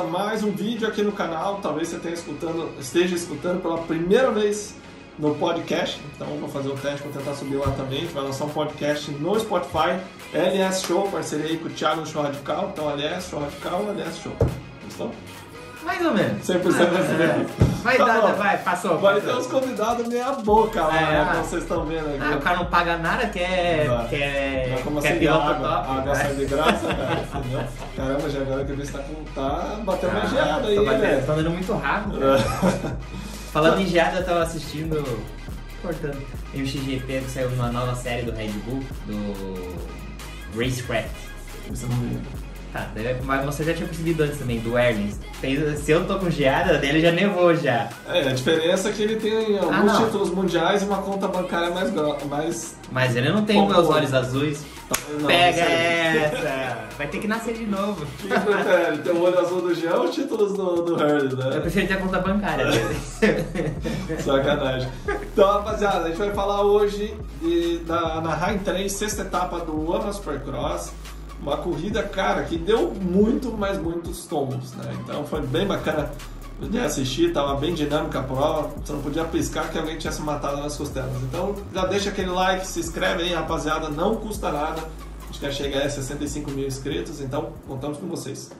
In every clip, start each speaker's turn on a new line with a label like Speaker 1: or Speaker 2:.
Speaker 1: a mais um vídeo aqui no canal. Talvez você esteja escutando pela primeira vez no podcast. Então vou fazer o teste para tentar subir lá também. A gente vai lançar um podcast no Spotify. LS Show, parceria aí com o Thiago do Show Radical. Então LS Show Radical, LS Show. Gostou?
Speaker 2: Mais ou menos.
Speaker 1: 100% brasileiro.
Speaker 2: Vai
Speaker 1: Tá
Speaker 2: dar,
Speaker 1: bom.
Speaker 2: vai, passou.
Speaker 1: Vai ter uns convidados meia boca lá, né, como vocês estão vendo aqui.
Speaker 2: O cara não paga nada, quer
Speaker 1: Como assim,
Speaker 2: piloto
Speaker 1: água,
Speaker 2: top.
Speaker 1: água sai de graça, cara, entendeu? Caramba, já agora que eu vi você tá batendo uma geada aí, né?
Speaker 2: Tá andando muito rápido. Falando em geada, eu tava assistindo, cortando, MXGP, que saiu uma nova série do Red Bull, do Racecraft.
Speaker 1: Você não viu.
Speaker 2: Tá, mas você já tinha percebido antes também, do Erlings. Se eu tô com geada, dele já nevou já.
Speaker 1: A diferença é que ele tem alguns títulos mundiais e uma conta bancária mais...
Speaker 2: Mas ele não tem meus olhos azuis.
Speaker 1: Não,
Speaker 2: Pega essa! Vai ter que nascer de novo.
Speaker 1: O que prefere? Ter o olho azul do Jean ou os títulos do Hurley, né?
Speaker 2: Eu prefiro ter a conta bancária dele.
Speaker 1: Sacanagem. Então, rapaziada, a gente vai falar hoje da Anaheim 3, sexta etapa do AMA Supercross. Uma corrida, cara, que deu muitos tombos, né? Então foi bem bacana de assistir, tava bem dinâmica a prova, você não podia piscar que alguém tinha se matado nas costelas. Então já deixa aquele like, se inscreve aí, rapaziada, não custa nada. A gente quer chegar a 65 mil inscritos, então contamos com vocês.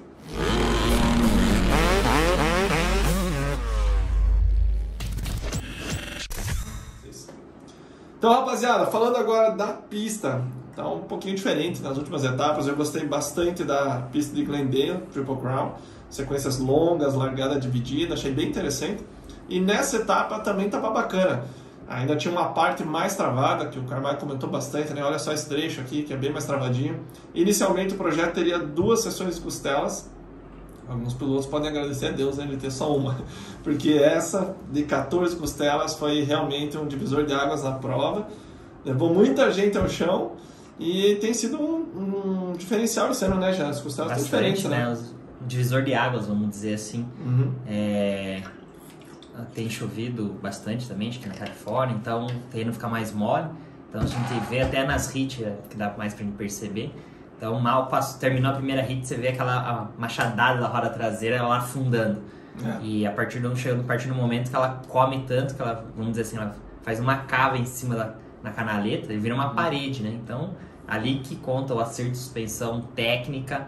Speaker 1: Então, rapaziada, falando agora da pista, tá um pouquinho diferente nas últimas etapas. Eu gostei bastante da pista de Glendale, Triple Crown, sequências longas, largada dividida, achei bem interessante. E nessa etapa também estava bacana. Ainda tinha uma parte mais travada, que o Carvalho comentou bastante, né? Olha só esse trecho aqui, que é bem mais travadinho. Inicialmente o projeto teria 2 sessões de costelas. Alguns pilotos podem agradecer a Deus, né, ele ter só uma, porque essa de 14 costelas foi realmente um divisor de águas na prova, levou muita gente ao chão e tem sido um diferencial esse ano, né, já as costelas estão diferentes, né?
Speaker 2: Um divisor de águas, vamos dizer assim.
Speaker 1: Uhum.
Speaker 2: Tem chovido bastante também, acho que na Califórnia, então o terreno fica mais mole, então a gente vê até nas hits que dá mais pra gente perceber. Então, terminou a primeira hit, você vê aquela machadada da roda traseira, ela afundando. E a partir do momento que ela come tanto, que ela, vamos dizer assim, ela faz uma cava em cima na canaleta e vira uma parede, né? Então, ali que conta o acerto de suspensão técnica,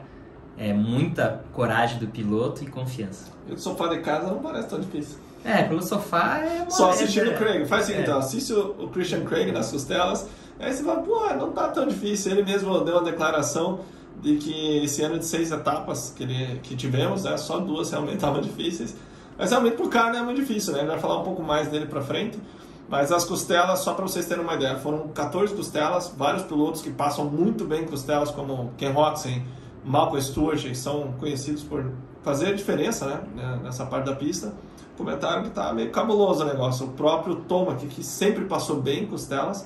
Speaker 2: muita coragem do piloto e confiança.
Speaker 1: E o sofá de casa não parece tão difícil.
Speaker 2: Pelo sofá
Speaker 1: só assistindo o Craig. Faz o seguinte, assiste o Christian Craig nas costelas, aí você vai, não tá tão difícil. Ele mesmo deu uma declaração de que esse ano de 6 etapas que tivemos, né, só 2 realmente estavam difíceis. Mas realmente pro cara não é muito difícil, né? Ele vai falar um pouco mais dele pra frente. Mas as costelas, só para vocês terem uma ideia, foram 14 costelas, vários pilotos que passam muito bem costelas, como Ken Roczen, Malcolm Stewart, que são conhecidos por fazer a diferença, né, nessa parte da pista. Comentaram que tá meio cabuloso o negócio. O próprio Tomac, que sempre passou bem costelas,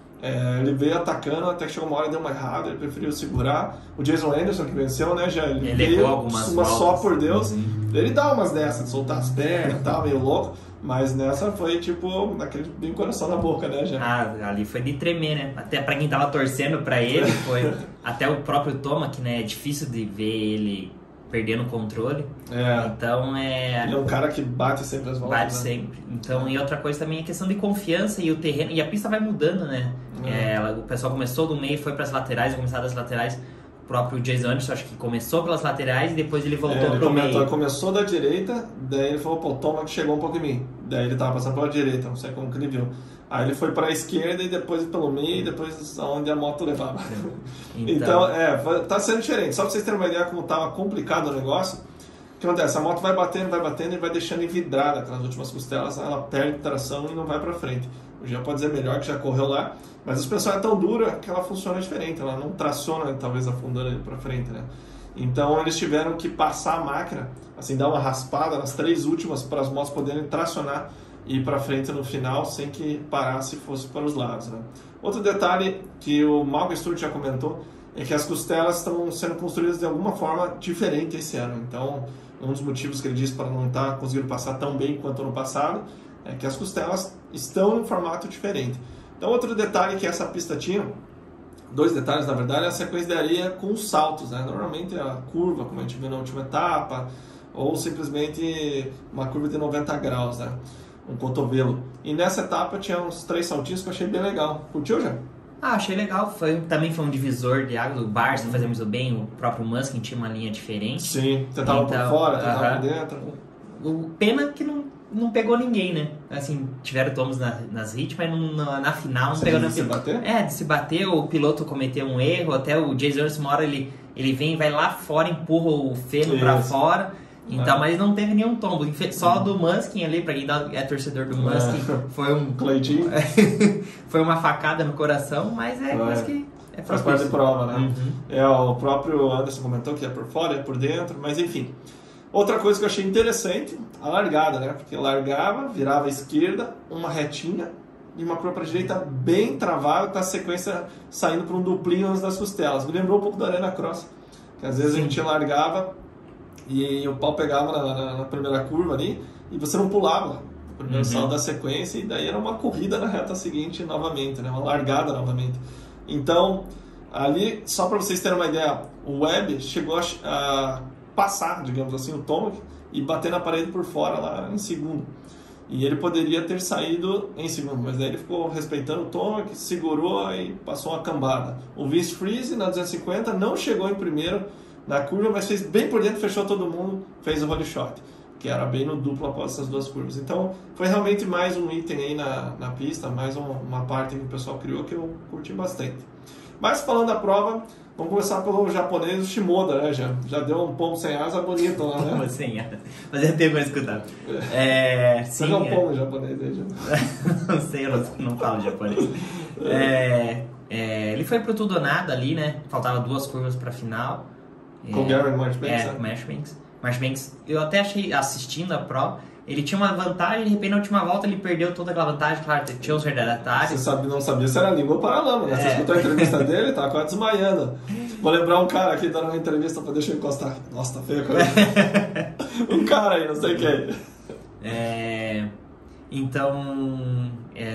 Speaker 1: ele veio atacando, até que chegou uma hora e deu uma errada, ele preferiu segurar. O Jason Anderson, que venceu, né, já ele veio
Speaker 2: algumas
Speaker 1: uma
Speaker 2: voltas.
Speaker 1: Só por Deus. Ele dá umas dessas, de soltar as pernas e tal, meio louco. Mas nessa foi tipo, aquele bem coração na boca, né, já.
Speaker 2: Ali foi de tremer, né? Até pra quem tava torcendo pra ele, foi até o próprio Tomac, né? É difícil de ver ele perdendo o controle. Então
Speaker 1: Ele é um cara que bate sempre as voltas.
Speaker 2: Bate sempre. Então, e outra coisa também é a questão de confiança e o terreno. E a pista vai mudando, né? O pessoal começou do meio, foi pras laterais, começar das laterais. O próprio Jason Anderson, acho que começou pelas laterais e depois ele voltou pro meio.
Speaker 1: Ele começou da direita, daí ele falou, o Tomac chegou um pouco em mim. Daí ele tava passando pela direita, não sei como que ele viu. Aí ele foi pra esquerda e depois pelo meio e depois aonde a moto levava. Então, tá sendo diferente. Só pra vocês terem uma ideia como tava complicado o negócio. O que acontece? A moto vai batendo e vai deixando envidrada aquelas últimas costelas, ela perde tração e não vai pra frente. O Jean pode dizer melhor que já correu lá, mas a suspensão é tão dura que ela funciona diferente, ela não traciona, talvez afundando ele pra frente, né? Então eles tiveram que passar a máquina, assim, dar uma raspada nas 3 últimas para as motos poderem tracionar e ir para frente no final sem que parasse e fosse para os lados, né? Outro detalhe que o Malcolm Stewart já comentou é que as costelas estão sendo construídas de alguma forma diferente esse ano. Então, um dos motivos que ele disse para não estar conseguindo passar tão bem quanto no passado é que as costelas estão em um formato diferente. Então, outro detalhe que essa pista tinha, 2 detalhes na verdade, é a sequência de areia com os saltos, né? Normalmente a curva, como a gente viu na última etapa, ou simplesmente uma curva de 90 graus, né? Um cotovelo. E nessa etapa tinha uns 3 saltinhos que eu achei bem legal. Curtiu já?
Speaker 2: Achei legal. Também foi um divisor de água. O Barça fazia muito bem, o próprio Muskin tinha uma linha diferente.
Speaker 1: Sim, você tava por fora, você tava por dentro.
Speaker 2: O pena que não pegou ninguém, né? Assim, tiveram tomos nas hits, mas na final não pegou ninguém.
Speaker 1: De se bater?
Speaker 2: De se bater, o piloto cometeu um erro, até o Jason Ernst, uma hora ele vem, vai lá fora, empurra o feno pra fora. Então, mas não teve nenhum tombo. Só do Muskin ali, pra quem é torcedor do Muskin, foi um...
Speaker 1: Cleitinho.
Speaker 2: Foi uma facada no coração, mas coisa que...
Speaker 1: Faz parte de prova, né? O próprio Anderson comentou que é por fora, é por dentro, mas enfim. Outra coisa que eu achei interessante, a largada, né? Porque largava, virava à esquerda, uma retinha e uma curva para a direita bem travada, tá a sequência saindo para um duplinho antes das costelas. Me lembrou um pouco da Arena Cross, que às vezes a gente largava e o pau pegava na primeira curva ali e você não pulava o primeiro salto da sequência, e daí era uma corrida na reta seguinte novamente, né? Uma largada novamente. Então, ali, só para vocês terem uma ideia, o Webb chegou a passar, digamos assim, o Tomac e bater na parede por fora lá em segundo. E ele poderia ter saído em segundo, mas daí ele ficou respeitando o Tomac, segurou e passou uma cambada. O Vince Friese na 250 não chegou em primeiro na curva, mas fez bem por dentro, fechou todo mundo, fez o holy shot, que era bem no duplo após essas duas curvas. Então foi realmente mais um item aí na pista, mais uma parte que o pessoal criou que eu curti bastante. Mas falando da prova, vamos começar pelo japonês, o Shimoda, né? Já deu um pombo sem asa bonito lá, né?
Speaker 2: Pombo sem asa, mas já tem mais escutado.
Speaker 1: Você já é um pombo japonês aí, já?
Speaker 2: Não sei, eu não falo japonês. Ele foi pro tudo ou nada ali, né? Faltava 2 curvas pra final.
Speaker 1: Com o Gary Marchbanks?
Speaker 2: Com o Marchbanks. Eu até achei, assistindo a prova, ele tinha uma vantagem, de repente na última volta ele perdeu toda aquela vantagem, claro, tinha os retardatários.
Speaker 1: Você não sabia se era língua ou paralama, né? Você escutou a entrevista dele, tava quase desmaiando. Vou lembrar um cara aqui dando uma entrevista pra deixar eu encostar. Nossa, tá feio a coisa. Um cara aí, não sei quem.
Speaker 2: Então,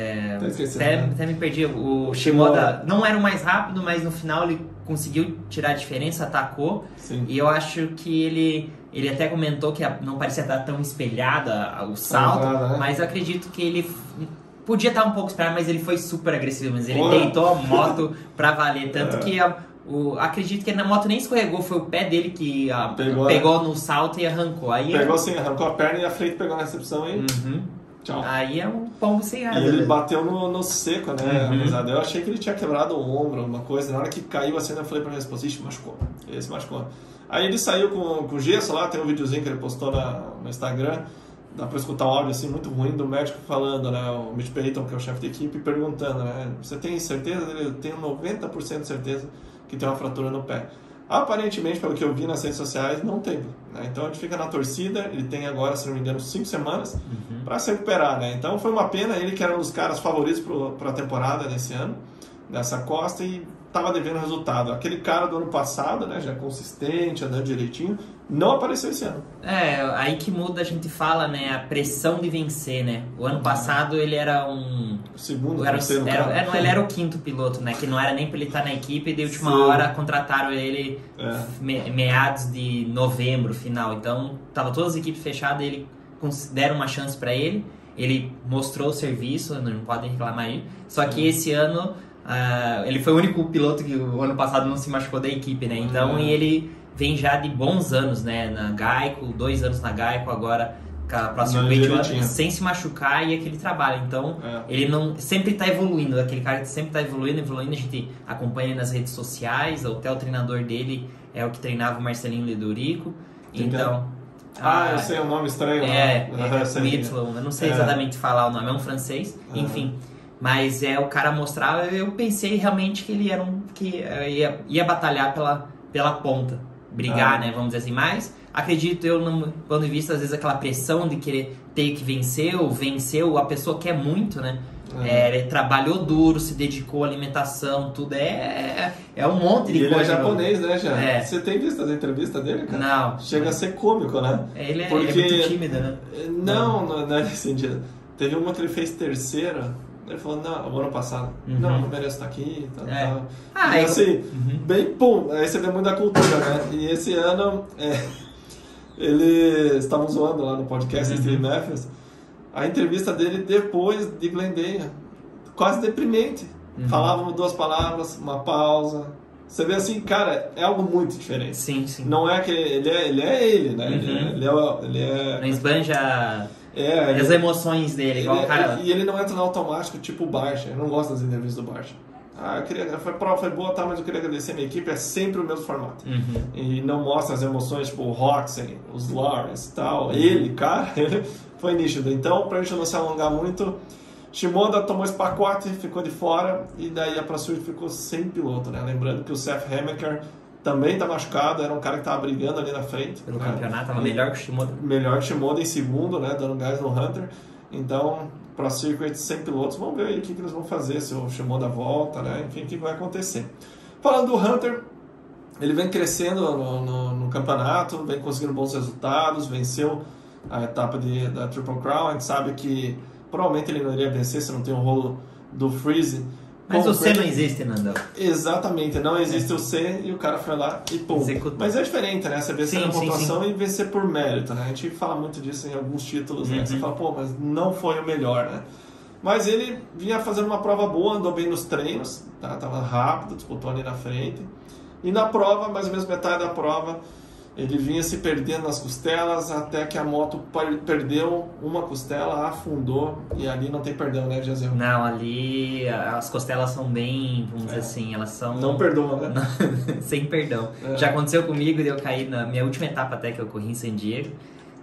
Speaker 1: até
Speaker 2: me perdi. O Shimoda não era o mais rápido, mas no final ele conseguiu tirar a diferença, atacou.
Speaker 1: Sim.
Speaker 2: E eu acho que ele até comentou que não parecia estar tão espelhada o salto, mas eu acredito que ele podia estar um pouco espelhado, mas ele foi super agressivo, mas ele deitou a moto pra valer, tanto que acredito que na moto nem escorregou, foi o pé dele que pegou no salto e arrancou. Aí
Speaker 1: arrancou a perna e a frente pegou na recepção e... Tchau.
Speaker 2: Aí é um pombo sem asa.
Speaker 1: E ele bateu no seco, né? Eu achei que ele tinha quebrado o ombro, alguma coisa. Na hora que caiu assim, eu falei pra ele, ixi, machucou. Ele se machucou. Aí ele saiu com gesso lá, tem um videozinho que ele postou no Instagram. Dá pra escutar um áudio assim muito ruim do médico falando, né? O Mitch Payton, que é o chefe de equipe, perguntando, né? Você tem certeza? Eu tenho 90% de certeza que tem uma fratura no pé. Aparentemente, pelo que eu vi nas redes sociais, não teve, né? Então a gente fica na torcida, ele tem agora, se não me engano, 5 semanas para se recuperar, né? Então foi uma pena, ele que era um dos caras favoritos para a temporada desse ano, dessa Costa, e estava devendo resultado. Aquele cara do ano passado, né, já consistente, andando direitinho, não apareceu esse ano.
Speaker 2: Aí que muda, a gente fala, né, a pressão de vencer, né? O ano passado ele era
Speaker 1: segundo,
Speaker 2: ele era o 5º piloto, né? Que não era nem para ele estar na equipe, e de última hora contrataram ele meados de novembro, final. Então, tava todas as equipes fechadas, ele deram uma chance para ele. Ele mostrou o serviço, não podem reclamar aí. Só que esse ano, ele foi o único piloto que o ano passado não se machucou da equipe, né? Então, e ele vem já de bons anos, né? Na Geico, 2 anos na Geico, agora com a próxima sem se machucar e aquele trabalho. Então, ele não sempre está evoluindo, aquele cara que sempre está evoluindo, a gente acompanha ele nas redes sociais, até o treinador dele é o que treinava o Marcelinho Ledurico. Então...
Speaker 1: eu sei o nome estranho.
Speaker 2: Whitlow, eu não sei exatamente falar o nome, é um francês, enfim. Mas o cara mostrava, eu pensei realmente que ele era que ia batalhar pela ponta, brigar, né, vamos dizer assim. Mas acredito eu, no ponto de vista, às vezes aquela pressão de querer ter que venceu, a pessoa quer muito, né? Ele trabalhou duro, se dedicou à alimentação, tudo é um monte de coisa.
Speaker 1: Ele é japonês, né, já? Você tem visto as entrevistas dele, cara?
Speaker 2: Não.
Speaker 1: Chega a ser cômico, né?
Speaker 2: Ele é muito tímido, né?
Speaker 1: Não é nesse sentido. Teve uma que ele fez terceira. Ele falou, não, o ano passado, não mereço estar aqui, tal. E assim, bem pum, aí você vê muito da cultura, né? E esse ano, Eles estavam zoando lá no podcast Steve Matthews. A entrevista dele depois de Glendale, quase deprimente. Falavam 2 palavras, uma pausa. Você vê assim, cara, é algo muito diferente.
Speaker 2: Sim.
Speaker 1: Não é que ele é ele, né? Ele é...
Speaker 2: Não esbanja as emoções dele, igual o cara...
Speaker 1: E ele não entra no automático, tipo o Barcha. Eu não gosto das entrevistas do Barcha. A prova foi boa, tá, mas eu queria agradecer a minha equipe. É sempre o mesmo formato. E não mostra as emoções, tipo o Roxen, os Lawrence e tal. Ele foi nítido. Então, pra gente não se alongar muito, Shimoda tomou esse pacote, ficou de fora. E daí a ProSurge ficou sem piloto, né? Lembrando que o Seth Hammaker também tá machucado. Era um cara que tava brigando ali na frente.
Speaker 2: Pelo campeonato, tava melhor que o Shimoda.
Speaker 1: Melhor que o Shimoda em segundo, né? Dando gás no Hunter. Então... Pro Circuit sem pilotos, vamos ver aí o que eles vão fazer, se o Shimoda volta, né? Enfim, o que vai acontecer. Falando do Hunter, ele vem crescendo no campeonato, vem conseguindo bons resultados, venceu a etapa da Triple Crown. A gente sabe que provavelmente ele não iria vencer se não tem um rolo do Freeze.
Speaker 2: Mas o C não existe, Nandão.
Speaker 1: Exatamente, não existe o C e o cara foi lá e pum.
Speaker 2: Executou.
Speaker 1: Mas é diferente, né? Você vencer na pontuação e vencer por mérito, né? A gente fala muito disso em alguns títulos, né? Você fala, pô, mas não foi o melhor, né? Mas ele vinha fazendo uma prova boa, andou bem nos treinos, tá? Tava rápido, disputou ali na frente. E na prova, mais ou menos metade da prova, ele vinha se perdendo nas costelas até que a moto perdeu uma costela, afundou e ali não tem perdão, né, Jazeu?
Speaker 2: Não, ali as costelas são bem, vamos dizer assim, elas são...
Speaker 1: Não perdoam, né?
Speaker 2: Sem perdão. Já aconteceu comigo, eu caí na minha última etapa até que eu corri em San Diego.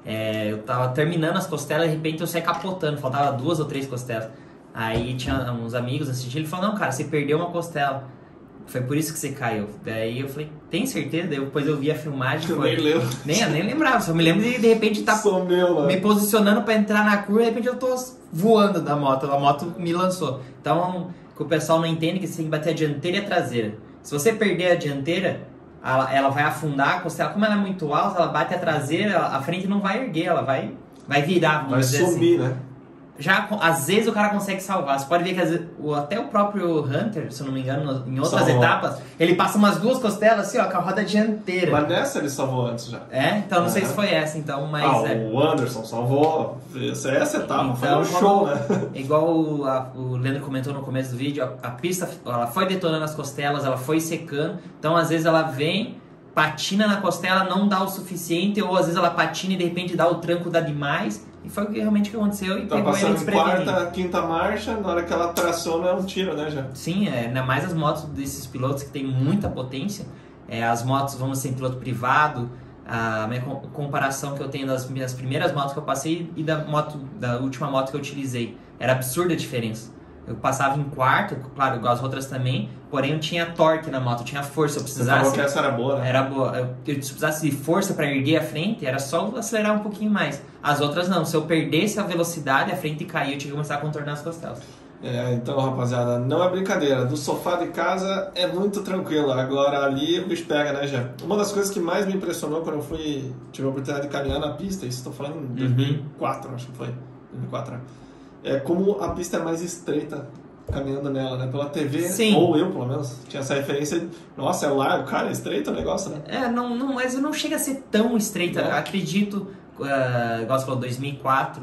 Speaker 2: Eu tava terminando as costelas, de repente eu saí capotando, faltava 2 ou 3 costelas. Aí tinha uns amigos assistindo, ele falou, não, cara, você perdeu uma costela. Foi por isso que você caiu. Daí eu falei, tem certeza? Daí depois eu vi a filmagem.
Speaker 1: Eu nem lembro.
Speaker 2: Nem lembrava, só me lembro de repente estar me posicionando pra entrar na curva, de repente eu tô voando da moto, a moto me lançou. Então, o pessoal não entende que você tem que bater a dianteira e a traseira. Se você perder a dianteira, ela vai afundar a costela. Como ela é muito alta, ela bate a traseira, a frente não vai erguer, ela vai virar, vamos dizer assim. Vai
Speaker 1: sumir, né?
Speaker 2: Já, às vezes o cara consegue salvar. Você pode ver que às vezes, até o próprio Hunter, se eu não me engano, em outras etapas, ele passa umas 2 costelas assim, ó, com a roda dianteira.
Speaker 1: Mas nessa ele salvou antes já.
Speaker 2: Então não sei se foi essa, então, mas...
Speaker 1: o Anderson salvou essa etapa, então, foi um show, né?
Speaker 2: Igual o Leandro comentou no começo do vídeo, a pista, ela foi detonando as costelas, ela foi secando, então às vezes ela vem, patina na costela, não dá o suficiente, ou às vezes ela patina e de repente dá o tranco, dá demais... E foi realmente o que aconteceu e
Speaker 1: tá
Speaker 2: pegou ele desprevenido.
Speaker 1: Tá passando em 4ª, 5ª marcha, na hora que ela traciona é um tiro, né, já?
Speaker 2: Sim, ainda mais as motos desses pilotos que tem muita potência. As motos, vamos dizer, em piloto privado, a minha comparação que eu tenho das minhas primeiras motos que eu passei e da última moto que eu utilizei. Era absurda a diferença. Eu passava em 4º, claro, igual as outras também, porém eu tinha torque na moto, eu tinha força, eu precisasse...
Speaker 1: Você falou que essa era boa, né?
Speaker 2: Era boa. Eu precisasse de força para erguer a frente, era só acelerar um pouquinho mais. As outras não, se eu perdesse a velocidade, a frente caía, eu tinha que começar a contornar as costelas.
Speaker 1: Então, rapaziada, não é brincadeira. Do sofá de casa é muito tranquilo. Agora ali o bicho pega, né, já? Uma das coisas que mais me impressionou quando eu tive a oportunidade de caminhar na pista, isso estou falando em 2004, acho que foi. 2004, né? É como a pista é mais estreita caminhando nela, né? Pela TV,
Speaker 2: Sim.
Speaker 1: Ou eu, pelo menos, tinha essa referência de, nossa, é largo, cara, é estreito o negócio, né?
Speaker 2: Mas não chega a ser tão estreita. Acredito, igual você falou, 2004...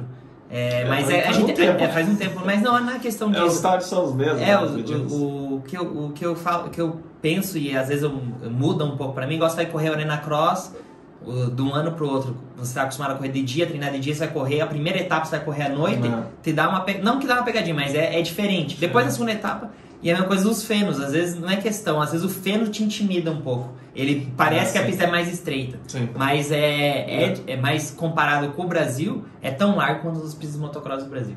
Speaker 2: mas a gente faz um tempo, mas não é questão disso.
Speaker 1: Os estádios são os mesmos.
Speaker 2: O que eu falo, o que eu penso, e às vezes muda um pouco pra mim, gosto de correr Arena Cross de um ano pro outro. Você está acostumado a correr de dia, treinar de dia, você vai correr, a primeira etapa você vai correr à noite, te dá uma não que dá uma pegadinha, mas é diferente. Depois da segunda etapa, e a mesma coisa dos fenos, às vezes não é questão, às vezes o feno te intimida um pouco. Ele parece que a pista é mais estreita, mas é mais comparado com o Brasil, é tão largo quanto as pistas de motocross do Brasil.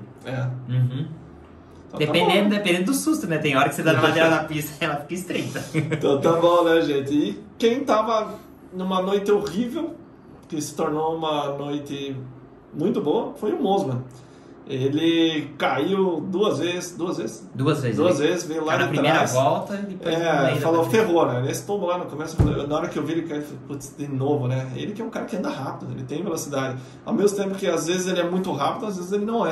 Speaker 2: Dependendo do susto, né? Tem hora que você dá na lateral da pista ela fica estreita.
Speaker 1: Então tá bom, né, gente? E quem tava numa noite horrível, que se tornou uma noite muito boa, foi o Mosman. Ele caiu duas vezes, veio lá
Speaker 2: na primeira volta e depois
Speaker 1: falou, ferrou, né? Nesse tombo lá no começo, na hora que eu vi ele cair, putz, de novo, né? Ele que é um cara que anda rápido, ele tem velocidade. Ao mesmo tempo que às vezes ele é muito rápido, às vezes ele não é.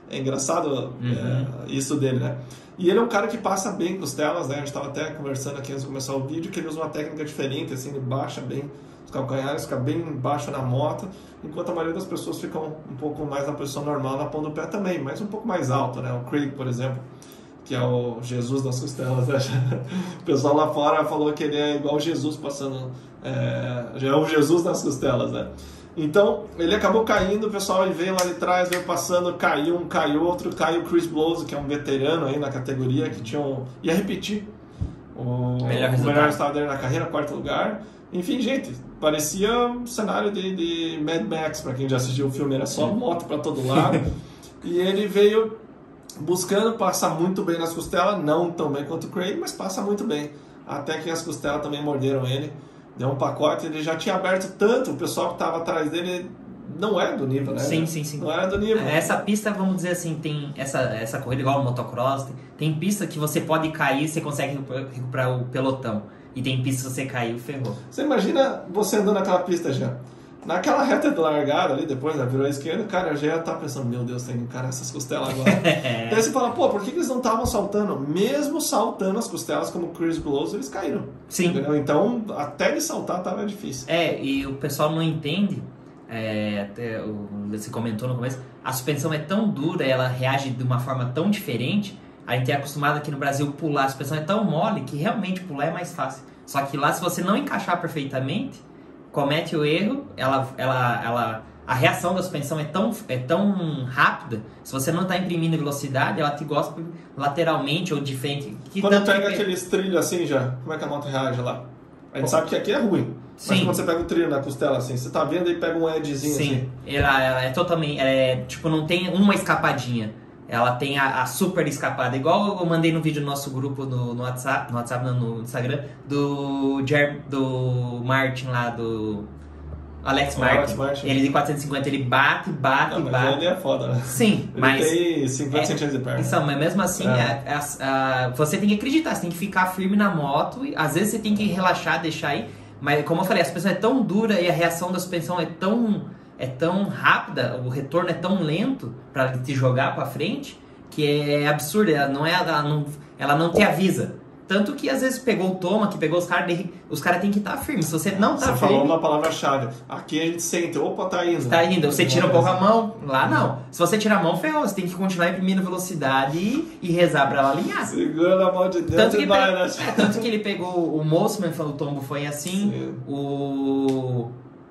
Speaker 1: É engraçado isso dele, né? E ele é um cara que passa bem costelas, né? A gente estava até conversando aqui antes de começar o vídeo, que ele usa uma técnica diferente, assim, ele baixa bem os calcanhares, fica bem baixo na moto, enquanto a maioria das pessoas ficam um pouco mais na posição normal, na ponta do pé também, mas um pouco mais alto, né? O Craig, por exemplo, que é o Jesus das costelas, né? O pessoal lá fora falou que ele é igual Jesus passando, já é o Jesus nas costelas, né? Então, ele acabou caindo, o pessoal veio lá de trás, veio passando, caiu um, caiu outro, caiu o Chris Blose, que é um veterano aí na categoria, que ia repetir o melhor resultado dele na carreira, 4º lugar. Enfim, gente, parecia um cenário de Mad Max, para quem já assistiu o filme, era só moto para todo lado. E ele veio buscando passar muito bem nas costelas, não tão bem quanto o Craig, mas passa muito bem. Até que as costelas também morderam ele. Deu um pacote, ele já tinha aberto tanto, o pessoal que estava atrás dele não era do nível, né?
Speaker 2: Sim.
Speaker 1: Não era do nível.
Speaker 2: Essa pista, vamos dizer assim, tem essa corrida igual o motocross, tem pista que você pode cair e você consegue recuperar o pelotão. E tem pista que você caiu, ferrou.
Speaker 1: Você imagina você andando naquela pista já. Naquela reta de largada ali, depois, né, virou à esquerda, cara, eu já ia estar pensando, meu Deus, tem que encarar essas costelas agora. Daí você fala, pô, por que eles não estavam saltando? Mesmo saltando as costelas como o Chris Blose, eles caíram.
Speaker 2: Sim.
Speaker 1: Entendeu? Então, até ele saltar tava difícil.
Speaker 2: E o pessoal não entende, até você comentou no começo, a suspensão é tão dura, ela reage de uma forma tão diferente, a gente é acostumado aqui no Brasil pular, a suspensão é tão mole que realmente pular é mais fácil. Só que lá, se você não encaixar perfeitamente, comete o erro, a reação da suspensão é tão rápida, se você não está imprimindo velocidade, ela te gospe lateralmente ou de frente.
Speaker 1: Quando pega aqueles trilhos assim já, como é que a moto reage lá? A gente sabe que aqui é ruim. Sim. Mas quando você pega o trilho na costela assim, você tá vendo e pega um edgezinho assim.
Speaker 2: Sim, ela é totalmente, tipo, não tem uma escapadinha. Ela tem a super escapada, igual eu mandei no vídeo do nosso grupo no WhatsApp, no Instagram, do Martin lá, do Alex Martin. Ele de 450, ele bate.
Speaker 1: Mas ele é foda, né?
Speaker 2: Sim,
Speaker 1: ele
Speaker 2: mas...
Speaker 1: tem 50 centímetros de perna.
Speaker 2: Isso, mas mesmo assim, você tem que acreditar, você tem que ficar firme na moto, e às vezes você tem que relaxar, deixar aí, mas como eu falei, a suspensão é tão dura e a reação da suspensão é tão rápida, o retorno é tão lento para te jogar para frente, que é absurdo, ela não te avisa. Tanto que às vezes pegou o toma, que pegou os caras têm que estar firmes. Se você não tá firme...
Speaker 1: Você falou uma palavra-chave. Aqui a gente sente, opa, tá indo.
Speaker 2: Tá indo, você tira um pouco a mão, lá não. Se você tirar a mão, ferrou, você tem que continuar imprimindo velocidade e rezar pra ela alinhar.
Speaker 1: Segura na mão de Deus e vai, né?
Speaker 2: Tanto que ele pegou o Mosman, o tombo foi assim, sim. O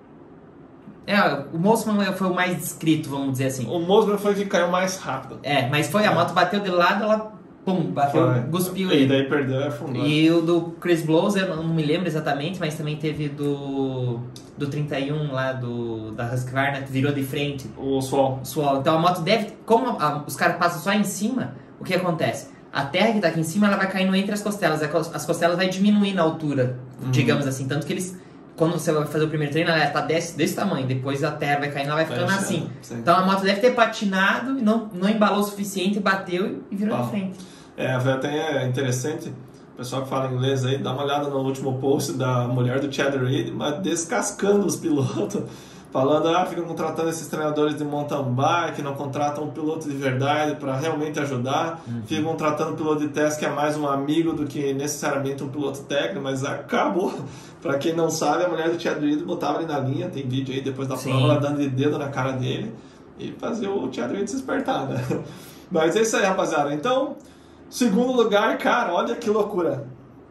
Speaker 2: Mosman foi o mais descrito, vamos dizer assim.
Speaker 1: O Mosman foi o que caiu mais rápido.
Speaker 2: Mas foi, a moto bateu de lado, ela... Pum, bateu, cuspiu ele.
Speaker 1: E daí perdeu e afundou.
Speaker 2: E o do Chris Blose, eu não me lembro exatamente, mas também teve do 31 lá, da Husqvarna, que virou de frente.
Speaker 1: O Swall.
Speaker 2: Então a moto deve... Como os caras passam só em cima, o que acontece? A terra que tá aqui em cima, ela vai caindo entre as costelas. As costelas vai diminuindo a altura, digamos assim. Tanto que eles... Quando você vai fazer o primeiro treino, ela tá desse tamanho. Depois a terra vai caindo, ela vai ficando assim. Sim. Então a moto deve ter patinado e não embalou o suficiente, bateu e virou de frente.
Speaker 1: Até é interessante, o pessoal que fala inglês aí, dá uma olhada no último post da mulher do Chad Reed, mas descascando os pilotos, falando, ficam contratando esses treinadores de mountain bike, não contratam um piloto de verdade para realmente ajudar, ficam contratando um piloto de teste que é mais um amigo do que necessariamente um piloto técnico, mas acabou. Para quem não sabe, a mulher do Chad Reed botava ele na linha, tem vídeo aí depois da prova, ela dando de dedo na cara dele e fazia o Chad Reed se espertar, né? Mas é isso aí, rapaziada. Então, segundo lugar, cara, olha que loucura.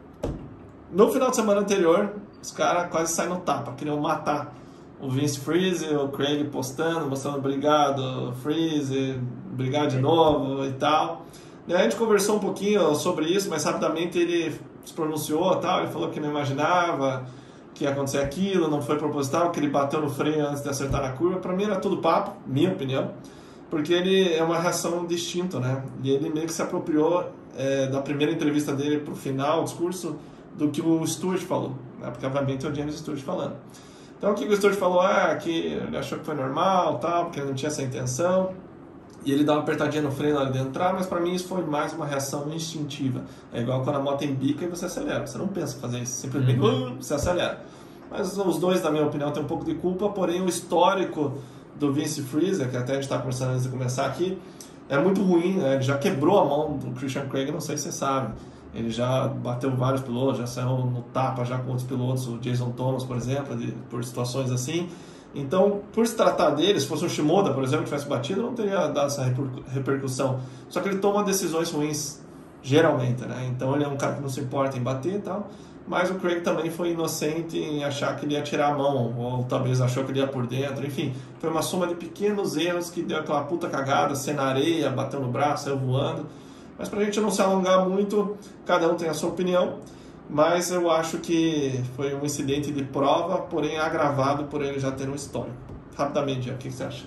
Speaker 1: No final de semana anterior, os caras quase saem no tapa, queriam matar o Vince Friese, o Craig mostrando obrigado, Friese, obrigado de novo e tal. E a gente conversou um pouquinho sobre isso, mas rapidamente ele se pronunciou, tal, ele falou que não imaginava que ia acontecer aquilo, não foi proposital, que ele bateu no freio antes de acertar na curva. Para mim era tudo papo, minha opinião, porque ele é uma reação distinta, né? E ele meio que se apropriou da primeira entrevista dele pro final, o discurso, do que o Stewart falou, né? Porque obviamente é o James Stewart falando. Então o que o Stewart falou que ele achou que foi normal, tal, porque ele não tinha essa intenção. E ele dá uma apertadinha no freio na hora de entrar, mas para mim isso foi mais uma reação instintiva. É igual quando a moto embica e você acelera. Você não pensa em fazer isso, simplesmente você acelera. Mas os dois, na minha opinião, têm um pouco de culpa, porém o histórico do Vince Friese, que até a gente está conversando antes de começar aqui, é muito ruim, né? Ele já quebrou a mão do Christian Craig, não sei se você sabe. Ele já bateu vários pilotos, já saiu no tapa já com outros pilotos, o Jason Thomas, por exemplo, por situações assim. Então, por se tratar dele, se fosse um Shimoda, por exemplo, que tivesse batido, não teria dado essa repercussão. Só que ele toma decisões ruins, geralmente, né? Então ele é um cara que não se importa em bater e tal. Mas o Craig também foi inocente em achar que ele ia tirar a mão, ou talvez achou que ele ia por dentro. Enfim, foi uma soma de pequenos erros que deu aquela puta cagada, ser na areia, bateu no braço, saiu voando. Mas pra gente não se alongar muito, cada um tem a sua opinião. Mas eu acho que foi um incidente de prova, porém agravado por ele já ter um histórico. Rapidamente, o que você acha?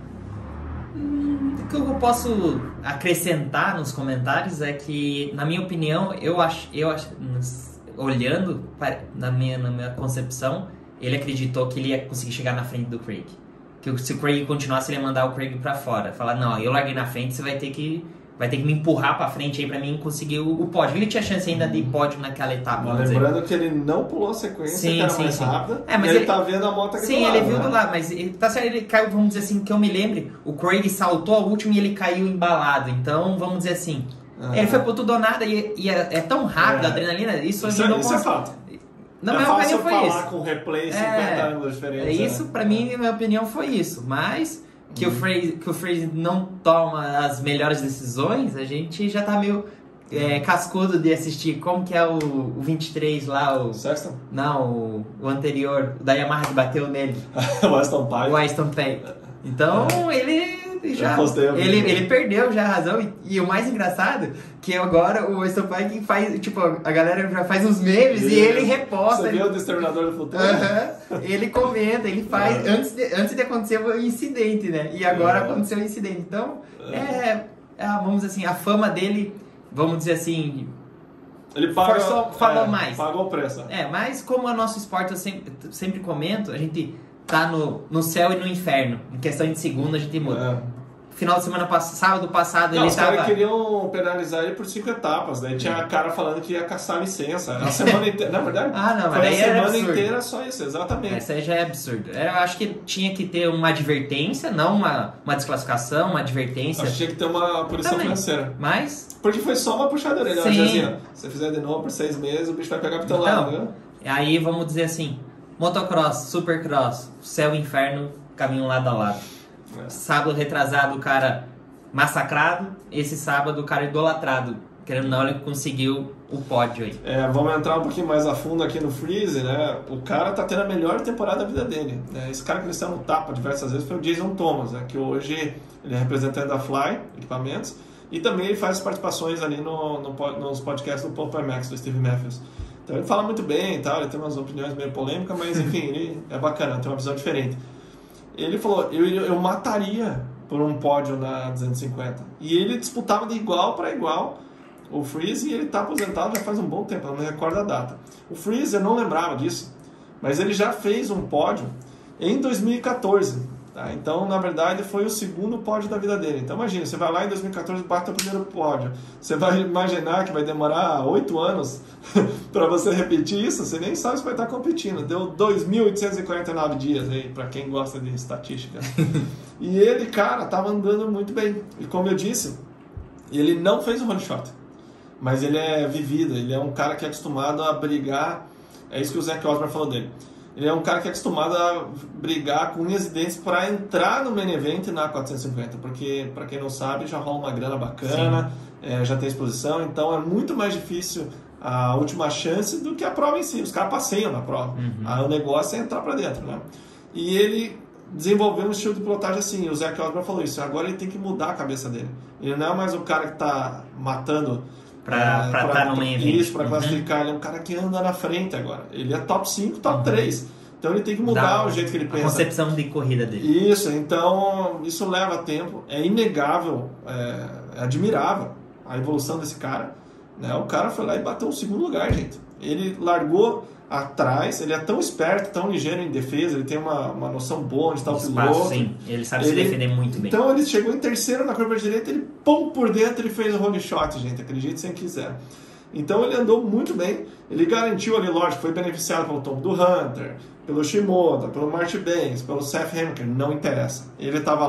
Speaker 2: O que eu posso acrescentar nos comentários é que, na minha opinião, eu acho olhando na minha concepção, ele acreditou que ele ia conseguir chegar na frente do Craig. Que se o Craig continuasse, ele ia mandar o Craig pra fora. Falar, não, eu larguei na frente, você vai ter que me empurrar pra frente aí pra mim conseguir o pódio. Ele tinha chance ainda de pódio naquela etapa.
Speaker 1: Mas lembrando que ele não pulou a sequência, que era mais rápida.
Speaker 2: Mas
Speaker 1: ele tá vendo a moto aqui do lado.
Speaker 2: Sim, ele viu do lado, mas ele, tá certo, ele caiu, vamos dizer assim, que eu me lembre, o Craig saltou a última e ele caiu embalado. Então, vamos dizer assim, ele foi por tudo ou nada e é tão rápido a adrenalina, isso
Speaker 1: é fato.
Speaker 2: Na minha opinião foi isso.
Speaker 1: Falar com replay 50 ângulos diferentes.
Speaker 2: Isso, pra mim, na minha opinião, foi isso. Mas que o Fraser não toma as melhores decisões, a gente já tá meio cascudo de assistir. Como que é o 23 lá? O
Speaker 1: Sexton?
Speaker 2: Não, o anterior, o da Yamaha que bateu nele.
Speaker 1: O Aston Pipe.
Speaker 2: O Aston Pipe. Então, ele ele perdeu já a razão. E o mais engraçado, que agora o Aston Pipe faz, tipo, a galera já faz uns memes e ele reposta.
Speaker 1: Você viu o Exterminador do Futuro?
Speaker 2: Ele comenta, ele faz, antes de acontecer o incidente, né? E agora aconteceu o incidente. Então, vamos dizer assim, a fama dele, vamos dizer assim,
Speaker 1: ele
Speaker 2: falou mais.
Speaker 1: Pagou o preço.
Speaker 2: Mas como é o nosso esporte, eu sempre comento, a gente tá no céu e no inferno. Em questão de segundo, a gente muda. Final de semana sábado passado, ele tava...
Speaker 1: Os caras queriam penalizar ele por 5 etapas. Daí tinha a cara falando que ia caçar licença. A semana inteira, na verdade, foi a semana inteira só isso, exatamente.
Speaker 2: Isso aí já é absurdo. Eu acho que tinha que ter uma advertência, não uma desclassificação, uma advertência.
Speaker 1: Acho que tinha que ter uma punição financeira.
Speaker 2: Mas...
Speaker 1: Porque foi só uma puxada da orelha. Assim, se você fizer de novo por 6 meses, o bicho vai pegar pro teu lado, né?
Speaker 2: Aí vamos dizer assim, motocross, supercross, céu e inferno, caminham lado a lado. Sábado retrasado, o cara massacrado. Esse sábado, o cara idolatrado. Querendo ou não, ele conseguiu o pódio aí.
Speaker 1: Vamos entrar um pouquinho mais a fundo aqui no Freeze, né? O cara tá tendo a melhor temporada da vida dele, né? Esse cara que ele saiu no tapa diversas vezes foi o Jason Thomas, né? Que hoje ele é representante da Fly Equipamentos. E também ele faz participações ali nos podcasts do Pulp Max, do Steve Matthews. Então ele fala muito bem e tal, ele tem umas opiniões meio polêmicas, mas enfim, ele é bacana, tem uma visão diferente. Ele falou, eu mataria por um pódio na 250. E ele disputava de igual para igual o Freeze, e ele está aposentado já faz um bom tempo, eu não me recordo a data. O Freeze, eu não lembrava disso, mas ele já fez um pódio em 2014. Tá? Então, na verdade, foi o segundo pódio da vida dele. Então, imagina, você vai lá em 2014 e bate o primeiro pódio. Você vai imaginar que vai demorar 8 anos para você repetir isso? Você nem sabe se vai estar competindo. Deu 2.849 dias aí, para quem gosta de estatística. E ele, cara, estava andando muito bem. E como eu disse, ele não fez o one shot. Mas ele é vivido, ele é um cara que é acostumado a brigar. É isso que o Zach Osborne falou dele. Ele é um cara que é acostumado a brigar com unhas e dentes para entrar no main event na 450, porque, para quem não sabe, já rola uma grana bacana, já tem exposição, então é muito mais difícil a última chance do que a prova em si. Os caras passeiam na prova. O negócio é entrar para dentro, né? E ele desenvolveu um estilo de pilotagem assim, o Zach Osborne falou isso, agora ele tem que mudar a cabeça dele. Ele não é mais o cara que está matando...
Speaker 2: Pra estar no main event.
Speaker 1: Isso, pra classificar. Ele é um cara que anda na frente agora. Ele é top 5, top 3. Então ele tem que mudar o jeito que ele pensa.
Speaker 2: A concepção de corrida dele.
Speaker 1: Isso, então isso leva tempo. É inegável, é admirável a evolução desse cara. Né? O cara foi lá e bateu o segundo lugar, gente. Ele largou atrás, ele é tão esperto, tão ligeiro em defesa, ele tem uma noção boa onde está o piloto.
Speaker 2: Sim, ele sabe se defender muito bem.
Speaker 1: Então ele chegou em terceiro na curva direita, ele pum por dentro, ele fez o roll shot, gente, acredite se quiser. Então ele andou muito bem, ele garantiu ali, lógico, foi beneficiado pelo Tom do Hunter, pelo Shimoda, pelo Marty Banks, pelo Seth Hamilton, não interessa. Ele estava lá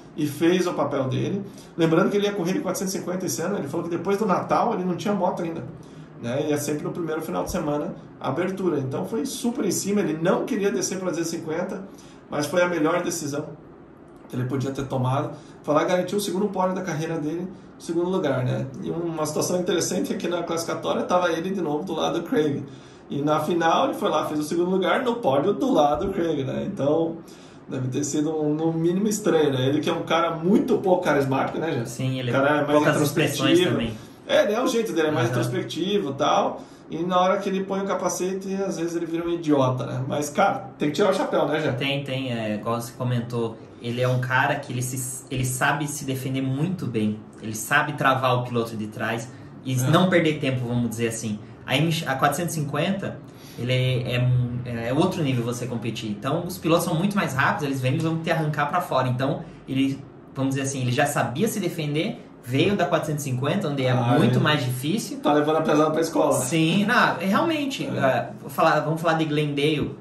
Speaker 1: e fez o papel dele. Lembrando que ele ia correr de 450 esse ano, ele falou que depois do Natal ele não tinha moto ainda, né? E é sempre no primeiro final de semana a abertura. Então foi super em cima, ele não queria descer para 250, mas foi a melhor decisão que ele podia ter tomado. Foi lá, garantiu o segundo pódio da carreira dele, o segundo lugar, né? E uma situação interessante é que na classificatória estava ele de novo do lado do Craig. E na final ele foi lá, fez o segundo lugar no pódio do lado do Craig, né? Então deve ter sido no mínimo estranho, né? Ele que é um cara muito pouco carismático, né, gente?
Speaker 2: Sim, ele
Speaker 1: é mais
Speaker 2: expressões também.
Speaker 1: É o jeito dele, é mais introspectivo e tal. E na hora que ele põe o capacete, às vezes ele vira um idiota, né? Mas, cara, tem que tirar o chapéu, né, Jé?
Speaker 2: Tem. Igual você comentou, ele é um cara que ele sabe se defender muito bem. Ele sabe travar o piloto de trás e não perder tempo, vamos dizer assim. A 450, ele é outro nível você competir. Então, os pilotos são muito mais rápidos, eles vão te arrancar para fora. Então, vamos dizer assim, ele já sabia se defender, veio da 450, onde é muito mais difícil.
Speaker 1: Tá levando a pesada pra escola.
Speaker 2: Sim, realmente. Vamos falar de Glendale,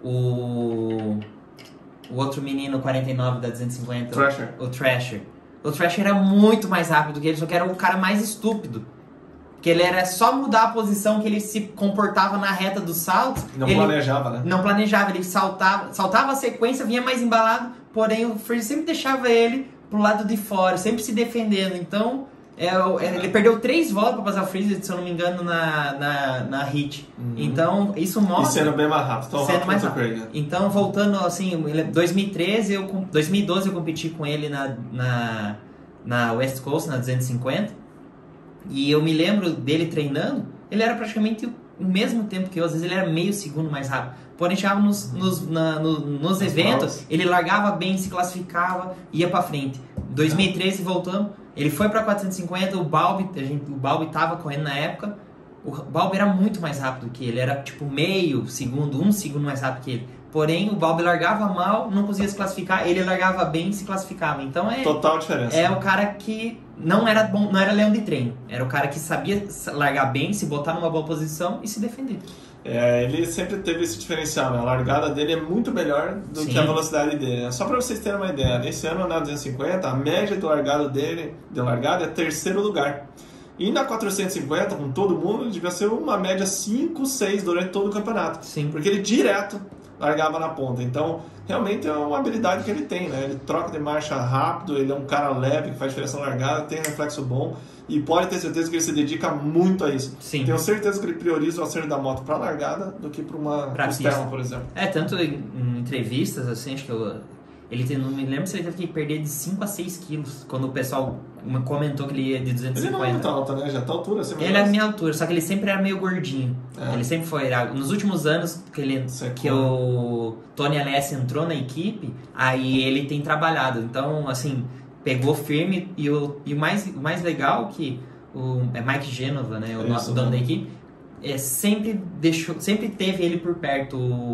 Speaker 2: o outro menino 49 da 250.
Speaker 1: Thrasher.
Speaker 2: O Thrasher. O Thrasher era muito mais rápido que ele, só que era o cara mais estúpido. Porque ele era só mudar a posição que ele se comportava na reta dos saltos.
Speaker 1: Planejava, né?
Speaker 2: Não planejava, ele saltava a sequência, vinha mais embalado, porém o Freeze sempre deixava ele pro lado de fora, sempre se defendendo. Então, ele perdeu 3 voltas para passar o Freeze, se eu não me engano, na hit. Então, isso mostra...
Speaker 1: E sendo bem mais rápido, tão rápido quanto o Craig.
Speaker 2: Então, voltando assim, 2012 eu competi com ele na West Coast, na 250. E eu me lembro dele treinando, ele era praticamente o mesmo tempo que eu, às vezes ele era meio segundo mais rápido. Porém, chegava nos eventos, ele largava bem, se classificava, ia pra frente. 2013 voltamos, ele foi pra 450, o Balbi tava correndo na época, o Balbi era muito mais rápido que ele, era tipo meio segundo, 1 segundo mais rápido que ele. Porém, o Balbi largava mal, não conseguia se classificar, ele largava bem e se classificava. Então
Speaker 1: total diferença.
Speaker 2: É o cara que não era bom, não era leão de treino. Era o cara que sabia largar bem, se botar numa boa posição e se defender.
Speaker 1: Ele sempre teve esse diferencial, né? A largada dele é muito melhor do que a velocidade dele. Só para vocês terem uma ideia, nesse ano na 250, a média de largada dele é 3º lugar. E na 450, com todo mundo, devia ser uma média 5, 6 durante todo o campeonato.
Speaker 2: Sim.
Speaker 1: Porque ele direto largava na ponta. Então, realmente é uma habilidade que ele tem, né? Ele troca de marcha rápido, ele é um cara leve, que faz diferença na largada, tem reflexo bom e pode ter certeza que ele se dedica muito a isso.
Speaker 2: Sim.
Speaker 1: Tenho certeza que ele prioriza o acerto da moto para largada do que para uma costela, por exemplo.
Speaker 2: Tanto em entrevistas, assim, acho que não me lembro se ele teve que perder de 5 a 6 quilos, quando o pessoal comentou que ele ia de 250.
Speaker 1: Ele não é muito alto, né? Já tá altura.
Speaker 2: Ele é a minha altura, só que ele sempre era meio gordinho. Ele sempre foi. Nos últimos anos que o Tony Alessi entrou na equipe, aí ele tem trabalhado. Então, assim, pegou firme. E o mais legal que é Mike Genova, né? O nosso dono da equipe, sempre teve ele por perto,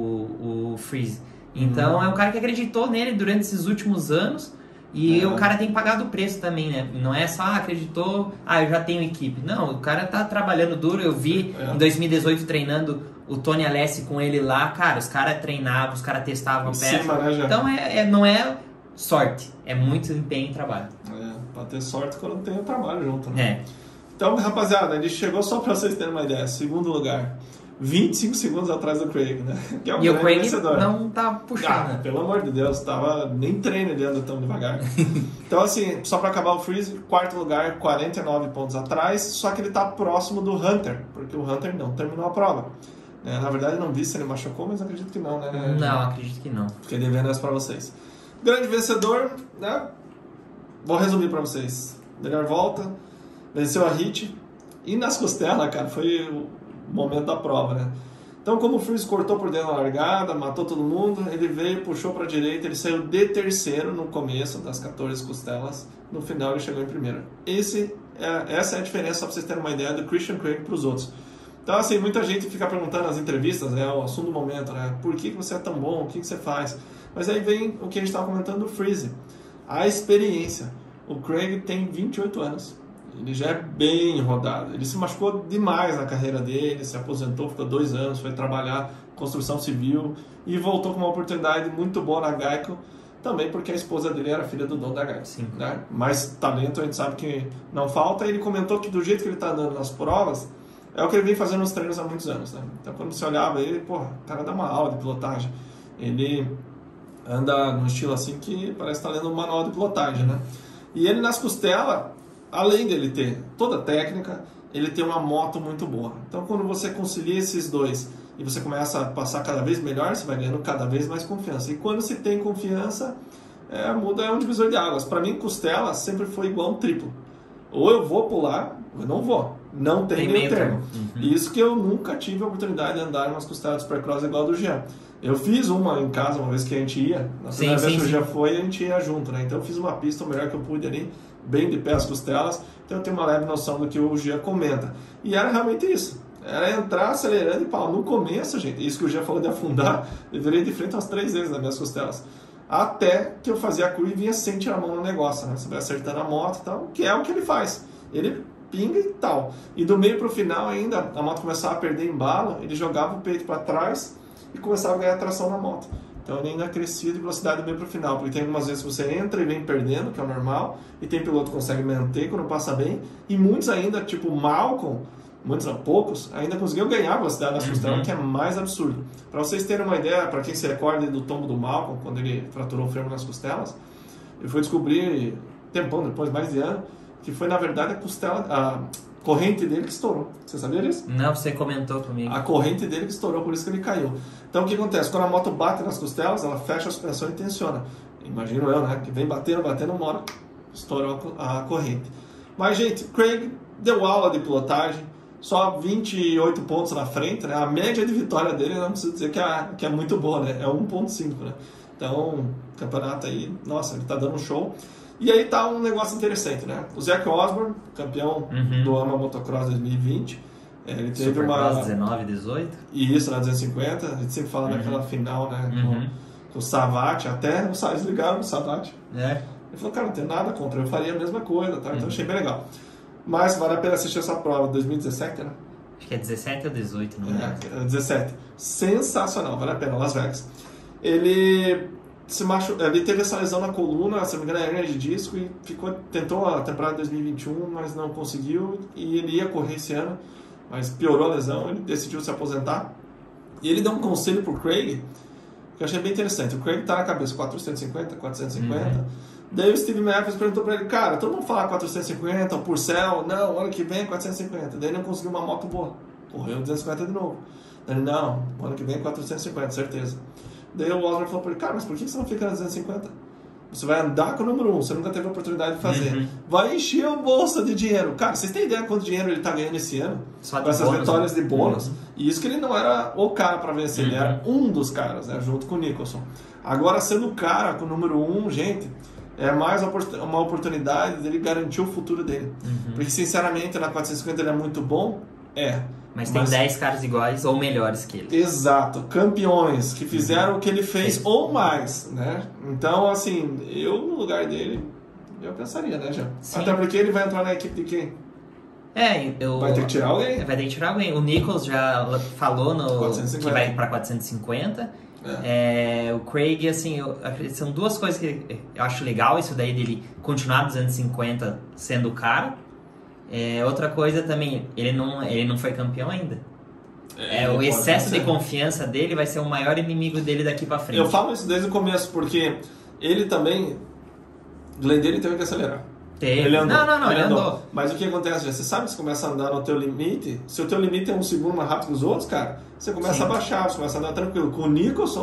Speaker 2: o Freeze. Então, é um cara que acreditou nele durante esses últimos anos. E o cara tem pagado o preço também, né? Não é só acreditou, eu já tenho equipe. Não, o cara tá trabalhando duro. Eu vi em 2018 treinando o Tony Alessi com ele lá. Cara, os caras treinavam, os caras testavam peça. Então, não é sorte. É muito empenho e trabalho.
Speaker 1: Pra ter sorte quando tem o trabalho junto, né? Então, rapaziada, ele chegou, só pra vocês terem uma ideia, 2º lugar. 25 segundos atrás do Craig, né? Que é um grande vencedor.
Speaker 2: Não tá puxando.
Speaker 1: Pelo amor de Deus, nem treino ele anda tão devagar. Então, assim, só pra acabar o Freeze, 4º lugar, 49 pontos atrás, só que ele tá próximo do Hunter, porque o Hunter não terminou a prova. Na verdade, não vi se ele machucou, mas acredito que não, né?
Speaker 2: Não, acredito que não.
Speaker 1: Fiquei devendo essa pra vocês. Grande vencedor, né? Vou resumir pra vocês. Melhor volta, venceu a hit, e nas costelas, cara, foi o momento da prova, né? Então, como o Freeze cortou por dentro da largada, matou todo mundo, ele veio, puxou para a direita, ele saiu de 3º no começo das 14 costelas, no final ele chegou em 1º. Essa é a diferença, só para vocês terem uma ideia, do Christian Craig para os outros. Então, assim, muita gente fica perguntando nas entrevistas, né, o assunto do momento, né, por que você é tão bom, o que você faz? Mas aí vem o que a gente estava comentando do Freeze, a experiência. O Craig tem 28 anos. Ele já é bem rodado. Ele se machucou demais na carreira dele, se aposentou, ficou 2 anos, foi trabalhar construção civil e voltou com uma oportunidade muito boa na Geico também porque a esposa dele era filha do dono da Geico. Né? Mas talento a gente sabe que não falta. Ele comentou que do jeito que ele está andando nas provas, é o que ele vem fazendo nos treinos há muitos anos. Né? Então quando você olhava ele, porra, o cara dá uma aula de pilotagem. Ele anda num estilo assim que parece estar lendo um manual de pilotagem, né? E ele nas costelas, além dele ter toda a técnica, ele tem uma moto muito boa. Então quando você concilia esses dois e você começa a passar cada vez melhor, você vai ganhando cada vez mais confiança. E quando se tem confiança, muda, é um divisor de águas. Para mim, costela sempre foi igual um triplo. Ou eu vou pular, ou eu não vou. Não tem meio termo. Isso que eu nunca tive a oportunidade de andar em umas costelas de Supercross igual a do Jean. Eu fiz uma em casa uma vez que a gente ia. Na primeira vez que o Jean foi, a gente ia junto, né? Então eu fiz uma pista o melhor que eu pude ali, bem de pé as costelas. Então eu tenho uma leve noção do que o Jean comenta. E era realmente isso. Era entrar acelerando e pau. No começo, gente, isso que o Jean falou de afundar, eu virei de frente umas 3 vezes nas minhas costelas. Até que eu fazia a curva e vinha sem tirar a mão no negócio, né? Você vai acertando a moto e tal, que é o que ele faz. Ele pinga e tal. E do meio pro final ainda, a moto começava a perder embalo, ele jogava o peito para trás e começava a ganhar tração na moto. Então ele ainda crescia de velocidade do meio pro final, porque tem algumas vezes que você entra e vem perdendo, que é o normal, e tem piloto que consegue manter quando passa bem, e muitos ainda, tipo Malcolm, muitos não, poucos, ainda conseguiam ganhar velocidade nas costelas, que é mais absurdo. Para vocês terem uma ideia, para quem se recorda do tombo do Malcolm, quando ele fraturou o fêmur nas costelas, eu fui descobrir, tempão depois, mais de ano, que foi na verdade a corrente dele que estourou. Você sabia disso?
Speaker 2: Não, você comentou comigo.
Speaker 1: A corrente dele que estourou, por isso que ele caiu. Então o que acontece? Quando a moto bate nas costelas, ela fecha a suspensão e tensiona. Imagino eu, né? Que vem batendo, uma hora estourou a corrente. Mas, gente, Craig deu aula de pilotagem, só 28 pontos na frente, né? A média de vitória dele, não preciso dizer que é muito boa, né? É 1.5, né? Então, campeonato aí, nossa, ele tá dando um show. E aí tá um negócio interessante, né? O Zach Osborne, campeão do AMA Motocross 2020, ele teve
Speaker 2: Supercross 19, 18?
Speaker 1: Isso, na 250, a gente sempre fala daquela final, né? Com o Savate, até os Sainz ligaram o Savate. Ele falou, cara, não tem nada contra, eu faria a mesma coisa, tá? Então achei bem legal. Mas vale a pena assistir essa prova, 2017, né?
Speaker 2: Acho que é 17 ou 18, não é?
Speaker 1: 17. Sensacional, vale a pena, Las Vegas. Ele teve essa lesão na coluna, se não me engano, é hernia de disco, e tentou a temporada de 2021, mas não conseguiu, e ele ia correr esse ano, mas piorou a lesão, ele decidiu se aposentar. E ele deu um conselho pro Craig, que eu achei bem interessante. O Craig tá na cabeça 450, 450. Daí o Steve Matthews perguntou pra ele, cara, todo mundo fala 450, o Purcell, não, ano que vem é 450. Daí ele não conseguiu uma moto boa, correu 250 de novo. Daí ele, não, ano que vem é 450, certeza. Daí o Osborne falou pra ele, cara, mas por que você não fica na 250? Você vai andar com o número 1, você nunca teve a oportunidade de fazer. Vai encher a bolsa de dinheiro. Cara, vocês têm ideia de quanto dinheiro ele tá ganhando esse ano?
Speaker 2: Só
Speaker 1: com essas vitórias de bônus. E isso que ele não era o cara pra vencer, ele era um dos caras, né, junto com o Nicholson. Agora, sendo o cara com o número 1, gente, é mais uma oportunidade dele garantir o futuro dele. Porque, sinceramente, na 450 ele é muito bom,
Speaker 2: Mas tem 10 caras iguais ou melhores que ele.
Speaker 1: Exato, campeões que fizeram o que ele fez ou mais, né? Então, assim, eu no lugar dele, eu pensaria, né, já? Até porque ele vai entrar na equipe de quem? Vai ter que tirar alguém?
Speaker 2: Vai ter que tirar alguém. O Nichols já falou que vai para 450. O Craig, assim, são duas coisas que eu acho legal, isso daí dele continuar 250 sendo o cara. Outra coisa também, ele não foi campeão ainda. O excesso de confiança dele vai ser o maior inimigo dele daqui pra frente.
Speaker 1: Eu falo isso desde o começo, porque ele também, além dele, teve que acelerar. Ele andou. Ele andou. Mas o que acontece? Você sabe que você começa a andar no teu limite, se o teu limite é um segundo mais rápido que os outros, cara, você começa a baixar, você começa a andar tranquilo. Com o Nichols,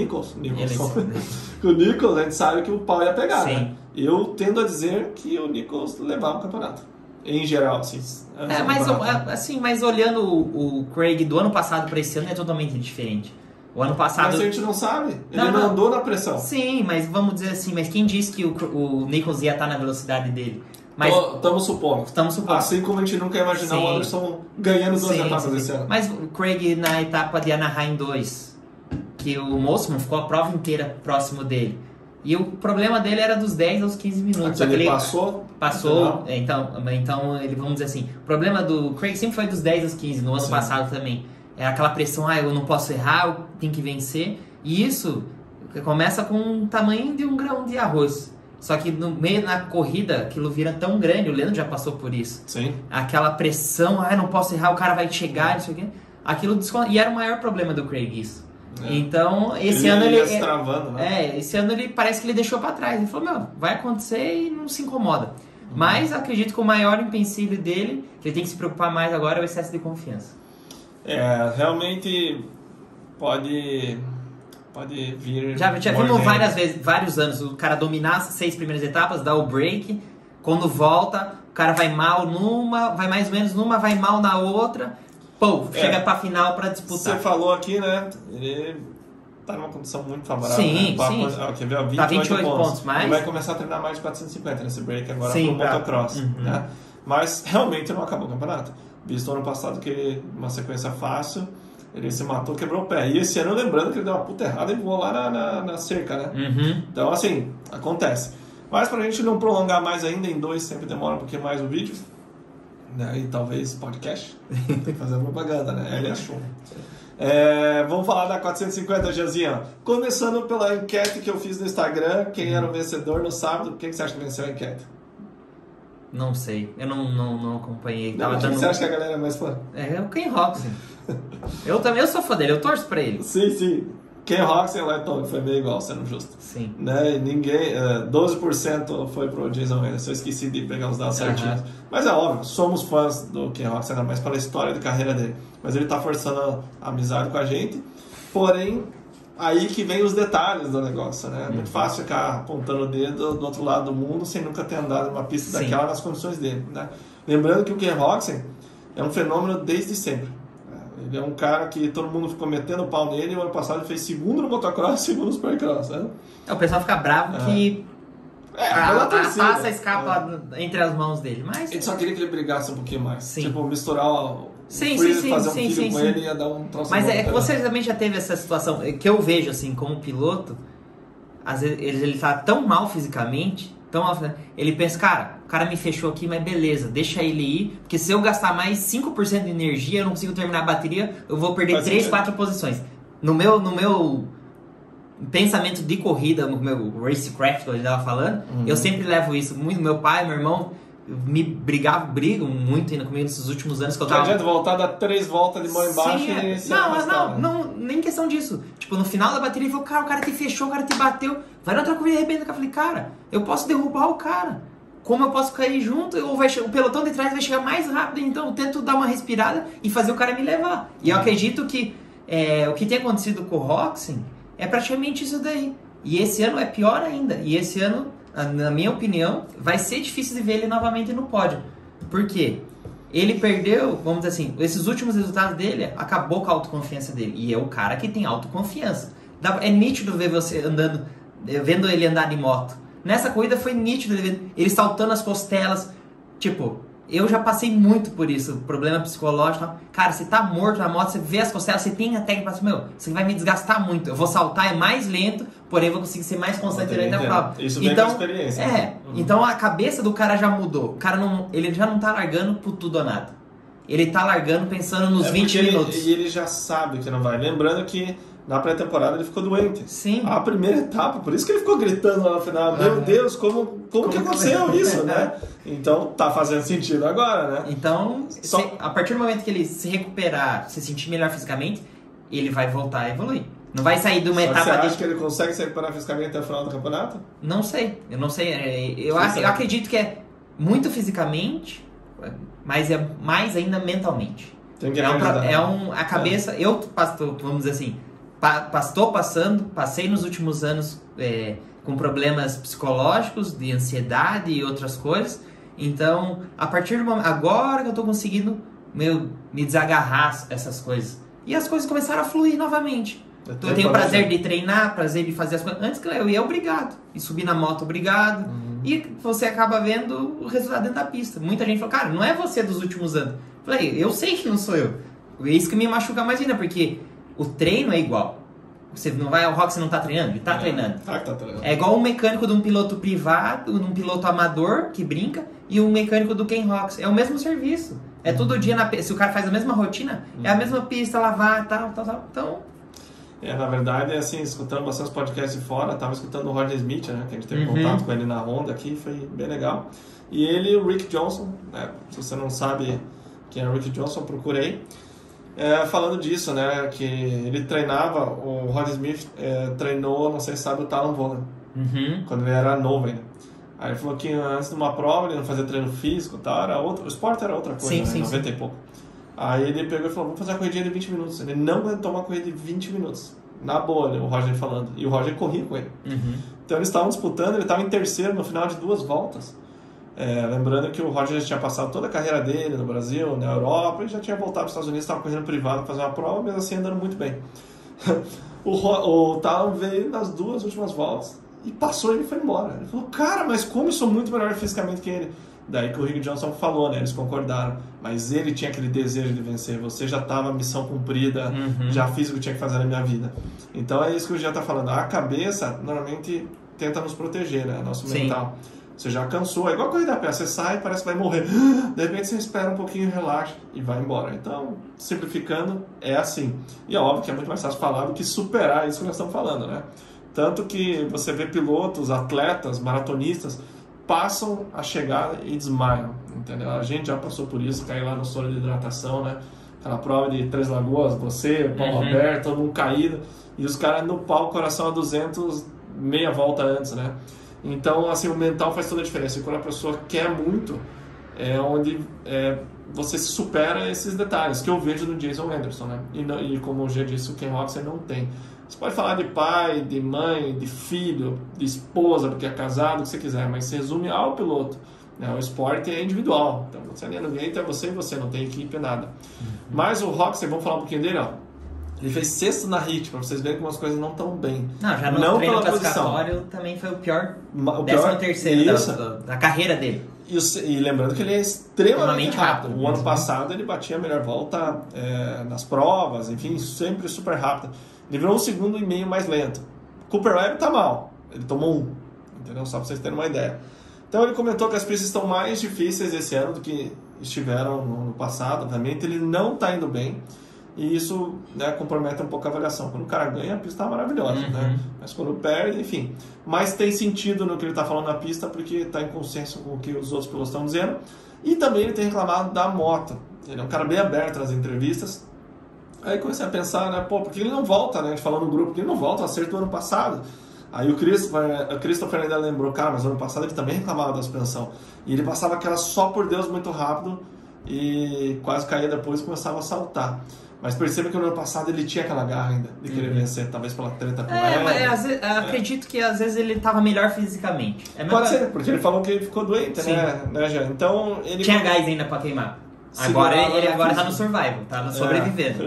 Speaker 1: a gente sabe que o pau ia pegar, né? Eu tendo a dizer que o Nichols levava o campeonato. Em geral, assim.
Speaker 2: Mas olhando o Craig do ano passado para esse ano é totalmente diferente. O ano passado...
Speaker 1: Mas a gente não sabe. Ele não andou na pressão.
Speaker 2: Sim, mas vamos dizer assim, mas quem disse que o Nichols ia estar na velocidade dele?
Speaker 1: Estamos supondo. Assim como a gente nunca ia imaginar o Anderson ganhando 2 etapas esse ano.
Speaker 2: Mas o Craig na etapa de Anaheim 2, que o Mosman ficou a prova inteira próximo dele. E o problema dele era dos 10 aos 15 minutos.
Speaker 1: Ele passou?
Speaker 2: Passou, então ele, vamos dizer assim, o problema do Craig sempre foi dos 10 aos 15, no ano passado também. É aquela pressão, eu não posso errar, eu tenho que vencer. E isso, Começa com o tamanho de um grão de arroz. Só que no meio na corrida, aquilo vira tão grande, o Leandro já passou por isso.
Speaker 1: Sim.
Speaker 2: Aquela pressão, não posso errar, o cara vai chegar, não sei o quê. Aquilo e era o maior problema do Craig isso. Então, esse ano ele
Speaker 1: se travando, né?
Speaker 2: esse ano ele parece que ele deixou pra trás. Ele falou, vai acontecer e não se incomoda. Mas acredito que o maior empecilho dele, que ele tem que se preocupar mais agora, é o excesso de confiança.
Speaker 1: Realmente pode vir...
Speaker 2: Já vimos várias vezes, vários anos, o cara dominar as 6 primeiras etapas, dar o break, quando volta, o cara vai mal numa, vai mais ou menos numa, vai mal na outra, chega pra final pra disputar.
Speaker 1: Você falou aqui, né, ele tá numa condição muito favorável.
Speaker 2: Sim,
Speaker 1: né?
Speaker 2: sim.
Speaker 1: Quer ver,
Speaker 2: Tá 28 pontos mais.
Speaker 1: Ele vai começar a treinar mais de 450 nesse break agora pro motocross, né? Mas realmente não acabou o campeonato. Visto ano passado que ele, uma sequência fácil, ele se matou, quebrou o pé. E esse ano, lembrando que ele deu uma puta errada e voou lá na cerca, né? Então, assim, acontece. Mas pra gente não prolongar mais ainda, em 2 sempre demora um pouquinho mais o vídeo, né? E talvez podcast. Tem que fazer propaganda, né? Ele achou. Vamos falar da 450, Gianzinho. Começando pela enquete que eu fiz no Instagram. Quem era o vencedor no sábado? Quem que você acha que venceu a enquete?
Speaker 2: Não sei, eu não acompanhei.
Speaker 1: Quem você acha que a galera é mais fã?
Speaker 2: É o Ken Roczen. Eu sou fã dele, eu torço pra ele.
Speaker 1: Sim. Ken Roczen e Letton foi meio igual, sendo justo.
Speaker 2: Sim.
Speaker 1: Né? 12% foi pro Jason Anderson. Eu esqueci de pegar os dados certinhos. Mas é óbvio, somos fãs do Ken Roczen, ainda mais pela história de carreira dele. Mas ele tá forçando a amizade com a gente. Porém, aí que vem os detalhes do negócio, né? É muito fácil ficar apontando o dedo do outro lado do mundo sem nunca ter andado numa pista daquela nas condições dele, né? Lembrando que o Ken Roczen é um fenômeno desde sempre. Ele é um cara que todo mundo ficou metendo o pau nele e o ano passado ele fez segundo no motocross e segundo no supercross, né?
Speaker 2: O pessoal fica bravo que a taça escapa entre as mãos dele, mas...
Speaker 1: Ele só queria que ele brigasse um pouquinho mais.
Speaker 2: Sim.
Speaker 1: Tipo, misturar o fazer um filho com ele ia dar um troço.
Speaker 2: Mas que você também já teve essa situação, que eu vejo assim, como piloto, às vezes ele tá tão mal fisicamente, ele pensa, o cara me fechou aqui, mas beleza, deixa ele ir, porque se eu gastar mais 5% de energia, eu não consigo terminar a bateria, eu vou perder 3, 4 posições. No meu pensamento de corrida, no meu racecraft, que eu estava falando, eu sempre levo isso muito. Meu pai, meu irmão brigam muito ainda comigo nesses últimos anos que eu tava...
Speaker 1: Não adianta voltar, dar 3 voltas de mão embaixo e se arrastar.
Speaker 2: Não, nem questão disso. Tipo, no final da bateria, ele falou, o cara te fechou, o cara te bateu, vai na outra corrida e arrebenta. Eu falei, eu posso derrubar o cara. Como eu posso cair junto? O pelotão de trás vai chegar mais rápido, então eu tento dar uma respirada e fazer o cara me levar. E eu acredito que o que tem acontecido com o Roczen é praticamente isso daí. E esse ano é pior ainda. E esse ano, na minha opinião, vai ser difícil de ver ele novamente no pódio. Por quê? Ele perdeu, vamos dizer assim, esses últimos resultados dele acabou com a autoconfiança dele. E é o cara que tem autoconfiança. É nítido ver você andando, vendo ele andar de moto. Nessa corrida foi nítido ele saltando as costelas. Tipo, eu já passei muito por isso, problema psicológico. Cara, você tá morto na moto, você vê as costelas, você tem a técnica para meu, você vai me desgastar muito. Eu vou saltar, é mais lento, porém eu vou conseguir ser mais constante durante a prova.
Speaker 1: Isso vem com a experiência.
Speaker 2: Então a cabeça do cara já mudou. O cara ele já não tá largando por tudo ou nada. Ele tá largando pensando nos 20 minutos.
Speaker 1: E ele já sabe que não vai. Lembrando que na pré-temporada ele ficou doente.
Speaker 2: Sim.
Speaker 1: A primeira etapa, por isso que ele ficou gritando lá no final, meu Deus, como que aconteceu isso, né? Então tá fazendo sentido agora, né?
Speaker 2: Então, a partir do momento que ele se recuperar, se sentir melhor fisicamente, ele vai voltar a evoluir. Não vai sair de uma etapa...
Speaker 1: Você acha que ele consegue se recuperar fisicamente até o final do campeonato?
Speaker 2: Não sei, eu não sei. Eu acredito que é muito fisicamente, mas é mais ainda mentalmente.
Speaker 1: Tem que
Speaker 2: a cabeça... Eu, vamos dizer assim... Passei nos últimos anos com problemas psicológicos, de ansiedade e outras coisas. Então, a partir do momento... Agora que eu tô conseguindo me desagarrar essas coisas. E as coisas começaram a fluir novamente. Eu tenho prazer de treinar, prazer de fazer as coisas. Antes que eu ia obrigado. E subir na moto obrigado. E você acaba vendo o resultado dentro da pista. Muita gente falou, não é você dos últimos anos. Eu falei, eu sei que não sou eu. É isso que me machuca mais ainda, porque... O treino é igual. Você não vai ao Roczen, não tá treinando? Ele tá treinando.
Speaker 1: Tá treinando.
Speaker 2: É igual um mecânico de um piloto privado, de um piloto amador que brinca, e um mecânico do Ken Roczen. É o mesmo serviço. É todo dia, se o cara faz a mesma rotina, é a mesma pista, lavar, tal. Então...
Speaker 1: Na verdade, assim, escutando bastante podcasts de fora, tava escutando o Roger Smith, né, que a gente teve contato com ele na Honda aqui, foi bem legal. E ele e o Rick Johnson, né, se você não sabe quem é o Rick Johnson, procurei. Falando disso, né, que ele treinava, o Roger Smith treinou, não sei se sabe, o Talon Vaughan, quando ele era novo ainda. Aí ele falou que antes de uma prova ele não fazia treino físico, tá, o esporte era outra coisa,
Speaker 2: sim,
Speaker 1: 90 e pouco. Aí ele pegou e falou, vamos fazer uma corridinha de 20 minutos. Ele não aguentou uma corrida de 20 minutos. Na boa, o Roger falando. E o Roger corria com ele. Então eles estavam disputando, ele estava em terceiro no final de 2 voltas. Lembrando que o Roger já tinha passado toda a carreira dele no Brasil, na Europa, e já tinha voltado para os Estados Unidos, estava correndo privado para fazer uma prova, mas assim andando muito bem. O Talon veio nas 2 últimas voltas e passou e ele foi embora. Ele falou, cara, mas como eu sou muito melhor fisicamente que ele? Daí que o Rick Johnson falou, né? Eles concordaram. Mas ele tinha aquele desejo de vencer. Você já estava missão cumprida, já fiz o que tinha que fazer na minha vida. Então é isso que o Jean está falando. A cabeça normalmente tenta nos proteger, né? Nosso mental. Você já cansou. É igual a corrida a pé. Você sai, parece que vai morrer. De repente você espera um pouquinho, relaxa e vai embora. Então, simplificando, é assim. E é óbvio que é muito mais fácil falar do que superar isso que nós estamos falando, né? Tanto que você vê pilotos, atletas, maratonistas passam a chegada e desmaiam, entendeu? A gente já passou por isso, cair lá no soro de hidratação, né? Aquela prova de Três Lagoas, você, Paulo Roberto, todo mundo caído, e os caras no pau, coração a 200, meia volta antes, né? Então, assim, o mental faz toda a diferença. E quando a pessoa quer muito, é onde você supera esses detalhes, que eu vejo no Jason Anderson, né? E como eu já disse, o Ken Roczen não tem. Você pode falar de pai, de mãe, de filho, de esposa, porque é casado, o que você quiser, mas se resume ao piloto. Né? O esporte é individual, então você ali no gate é você e você, não tem equipe, nada. Mas o Roczen, vamos falar um pouquinho dele, ó. Ele fez 6º na HIT, para vocês verem como as coisas não estão bem.
Speaker 2: Não, já no treino classificatório também foi o pior 13º da carreira dele.
Speaker 1: E lembrando que ele é extremamente rápido. O ano passado ele batia a melhor volta nas provas, enfim, sempre super rápido. Ele virou 1,5 segundos mais lento. Cooper Webb tá mal, ele tomou 1, entendeu? Só para vocês terem uma ideia. Então ele comentou que as pistas estão mais difíceis esse ano do que estiveram no passado. Obviamente ele não está indo bem e isso, né, compromete um pouco a avaliação. Quando o cara ganha, a pista está maravilhosa, né? Mas quando perde, enfim. Mas tem sentido no que ele está falando na pista porque está em consenso com o que os outros pilotos estão dizendo. E também ele tem reclamado da moto. Ele é um cara bem aberto nas entrevistas. Aí comecei a pensar, né, por que ele não volta, né? A gente falou no grupo, porque ele não volta ao acerto do ano passado. Aí o Christopher ainda lembrou, cara, mas no ano passado ele também reclamava da suspensão. E ele passava aquela só por Deus muito rápido e quase caía depois e começava a saltar. Mas perceba que no ano passado ele tinha aquela garra ainda de querer vencer, talvez pela treta com ela.
Speaker 2: Acredito que às vezes ele estava melhor fisicamente.
Speaker 1: Pode ser, porque ele falou que ele ficou doente, né, Jean? Então ele...
Speaker 2: Tinha gás ainda para queimar. Agora ele tá no survival, tá no sobrevivendo.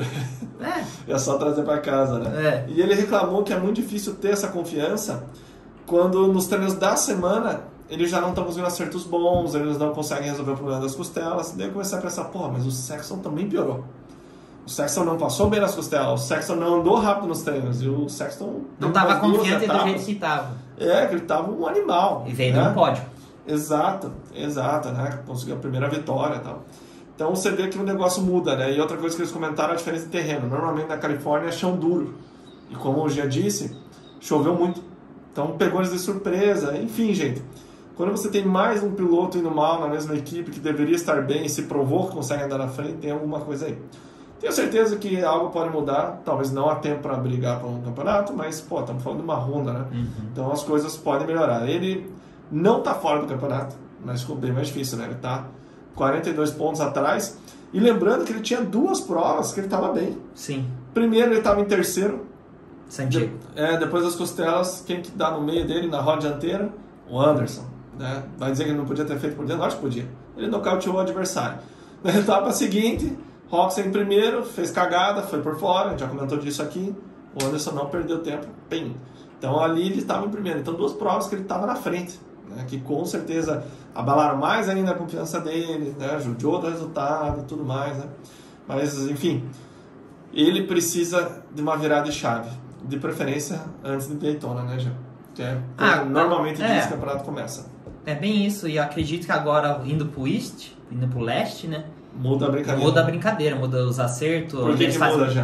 Speaker 1: É só trazer para casa, né? E ele reclamou que é muito difícil ter essa confiança quando nos treinos da semana eles já não estão conseguindo acertos bons, eles não conseguem resolver o problema das costelas. Daí eu comecei a pensar, mas o Sexton também piorou. O Sexton não passou bem nas costelas, o Sexton não andou rápido nos treinos e o Sexton
Speaker 2: não estava confiante do jeito que estava.
Speaker 1: Que ele estava um animal.
Speaker 2: E veio no pódio.
Speaker 1: Exato, né? Conseguiu a primeira vitória e tal. Então você vê que o negócio muda, né? E outra coisa que eles comentaram é a diferença de terreno. Normalmente na Califórnia é chão duro. E como eu já disse, choveu muito. Então pegou eles de surpresa. Enfim, gente. Quando você tem mais um piloto indo mal na mesma equipe que deveria estar bem e se provou que consegue andar na frente, tem alguma coisa aí. Tenho certeza que algo pode mudar. Talvez não há tempo para brigar para um campeonato, mas, estamos falando de uma Honda, né? Então as coisas podem melhorar. Ele não está fora do campeonato, mas ficou bem mais difícil, né? Ele está 42 pontos atrás. E lembrando que ele tinha 2 provas que ele estava bem.
Speaker 2: Sim.
Speaker 1: Primeiro ele estava em terceiro.
Speaker 2: Santiago.
Speaker 1: Depois das costelas, quem que dá no meio dele, na roda dianteira? O Anderson. Né? Vai dizer que ele não podia ter feito por dentro? Acho que podia. Ele nocauteou o adversário. Na etapa seguinte, Roczen em primeiro, fez cagada, foi por fora, a gente já comentou disso aqui. O Anderson não perdeu tempo. Pim. Então ali ele estava em primeiro. Então 2 provas que ele estava na frente. Né, que com certeza abalaram mais ainda a confiança dele, né, judiou do resultado e tudo mais, né? Mas enfim, ele precisa de uma virada de chave, de preferência antes de Daytona, né, já? Que normalmente diz que o campeonato começa.
Speaker 2: É bem isso, e eu acredito que agora indo pro leste, né?
Speaker 1: Muda a brincadeira.
Speaker 2: Muda os acertos.
Speaker 1: Por que muda já?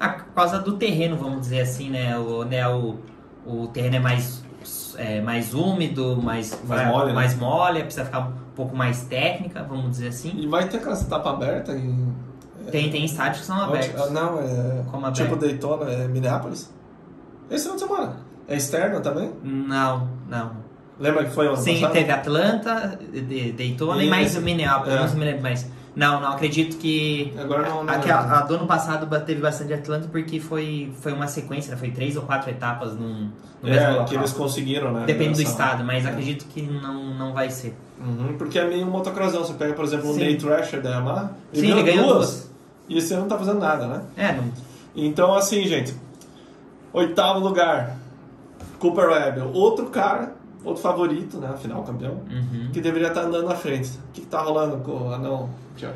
Speaker 2: Por causa do terreno, vamos dizer assim, né? O terreno é mais úmido, mais mole, precisa ficar um pouco mais técnica, vamos dizer assim.
Speaker 1: E vai ter aquela etapa aberta em...
Speaker 2: Tem estádios que são abertos.
Speaker 1: Não,
Speaker 2: Como
Speaker 1: tipo Daytona, Minneapolis? Esse final de semana. É externo também?
Speaker 2: Não.
Speaker 1: Lembra que foi ano passado?
Speaker 2: Sim, teve Atlanta, Daytona e mais o Minneapolis, não me lembro mais. Não acredito que...
Speaker 1: Agora não
Speaker 2: a do ano passado teve bastante Atlanta porque foi uma sequência, né? Foi 3 ou 4 etapas no mesmo local.
Speaker 1: Que eles conseguiram, né?
Speaker 2: Depende do estado, mas acredito que não vai ser.
Speaker 1: Porque é meio um motocrossão. Você pega, por exemplo, o Nate Thrasher da Yamaha,
Speaker 2: ele ganhou duas.
Speaker 1: E esse ano não tá fazendo nada, né?
Speaker 2: Não.
Speaker 1: Então, assim, gente, 8º lugar, Cooper Webb, outro cara, outro favorito, né? Afinal, campeão, que deveria estar andando na frente. O que tá rolando com o anão, Thiago?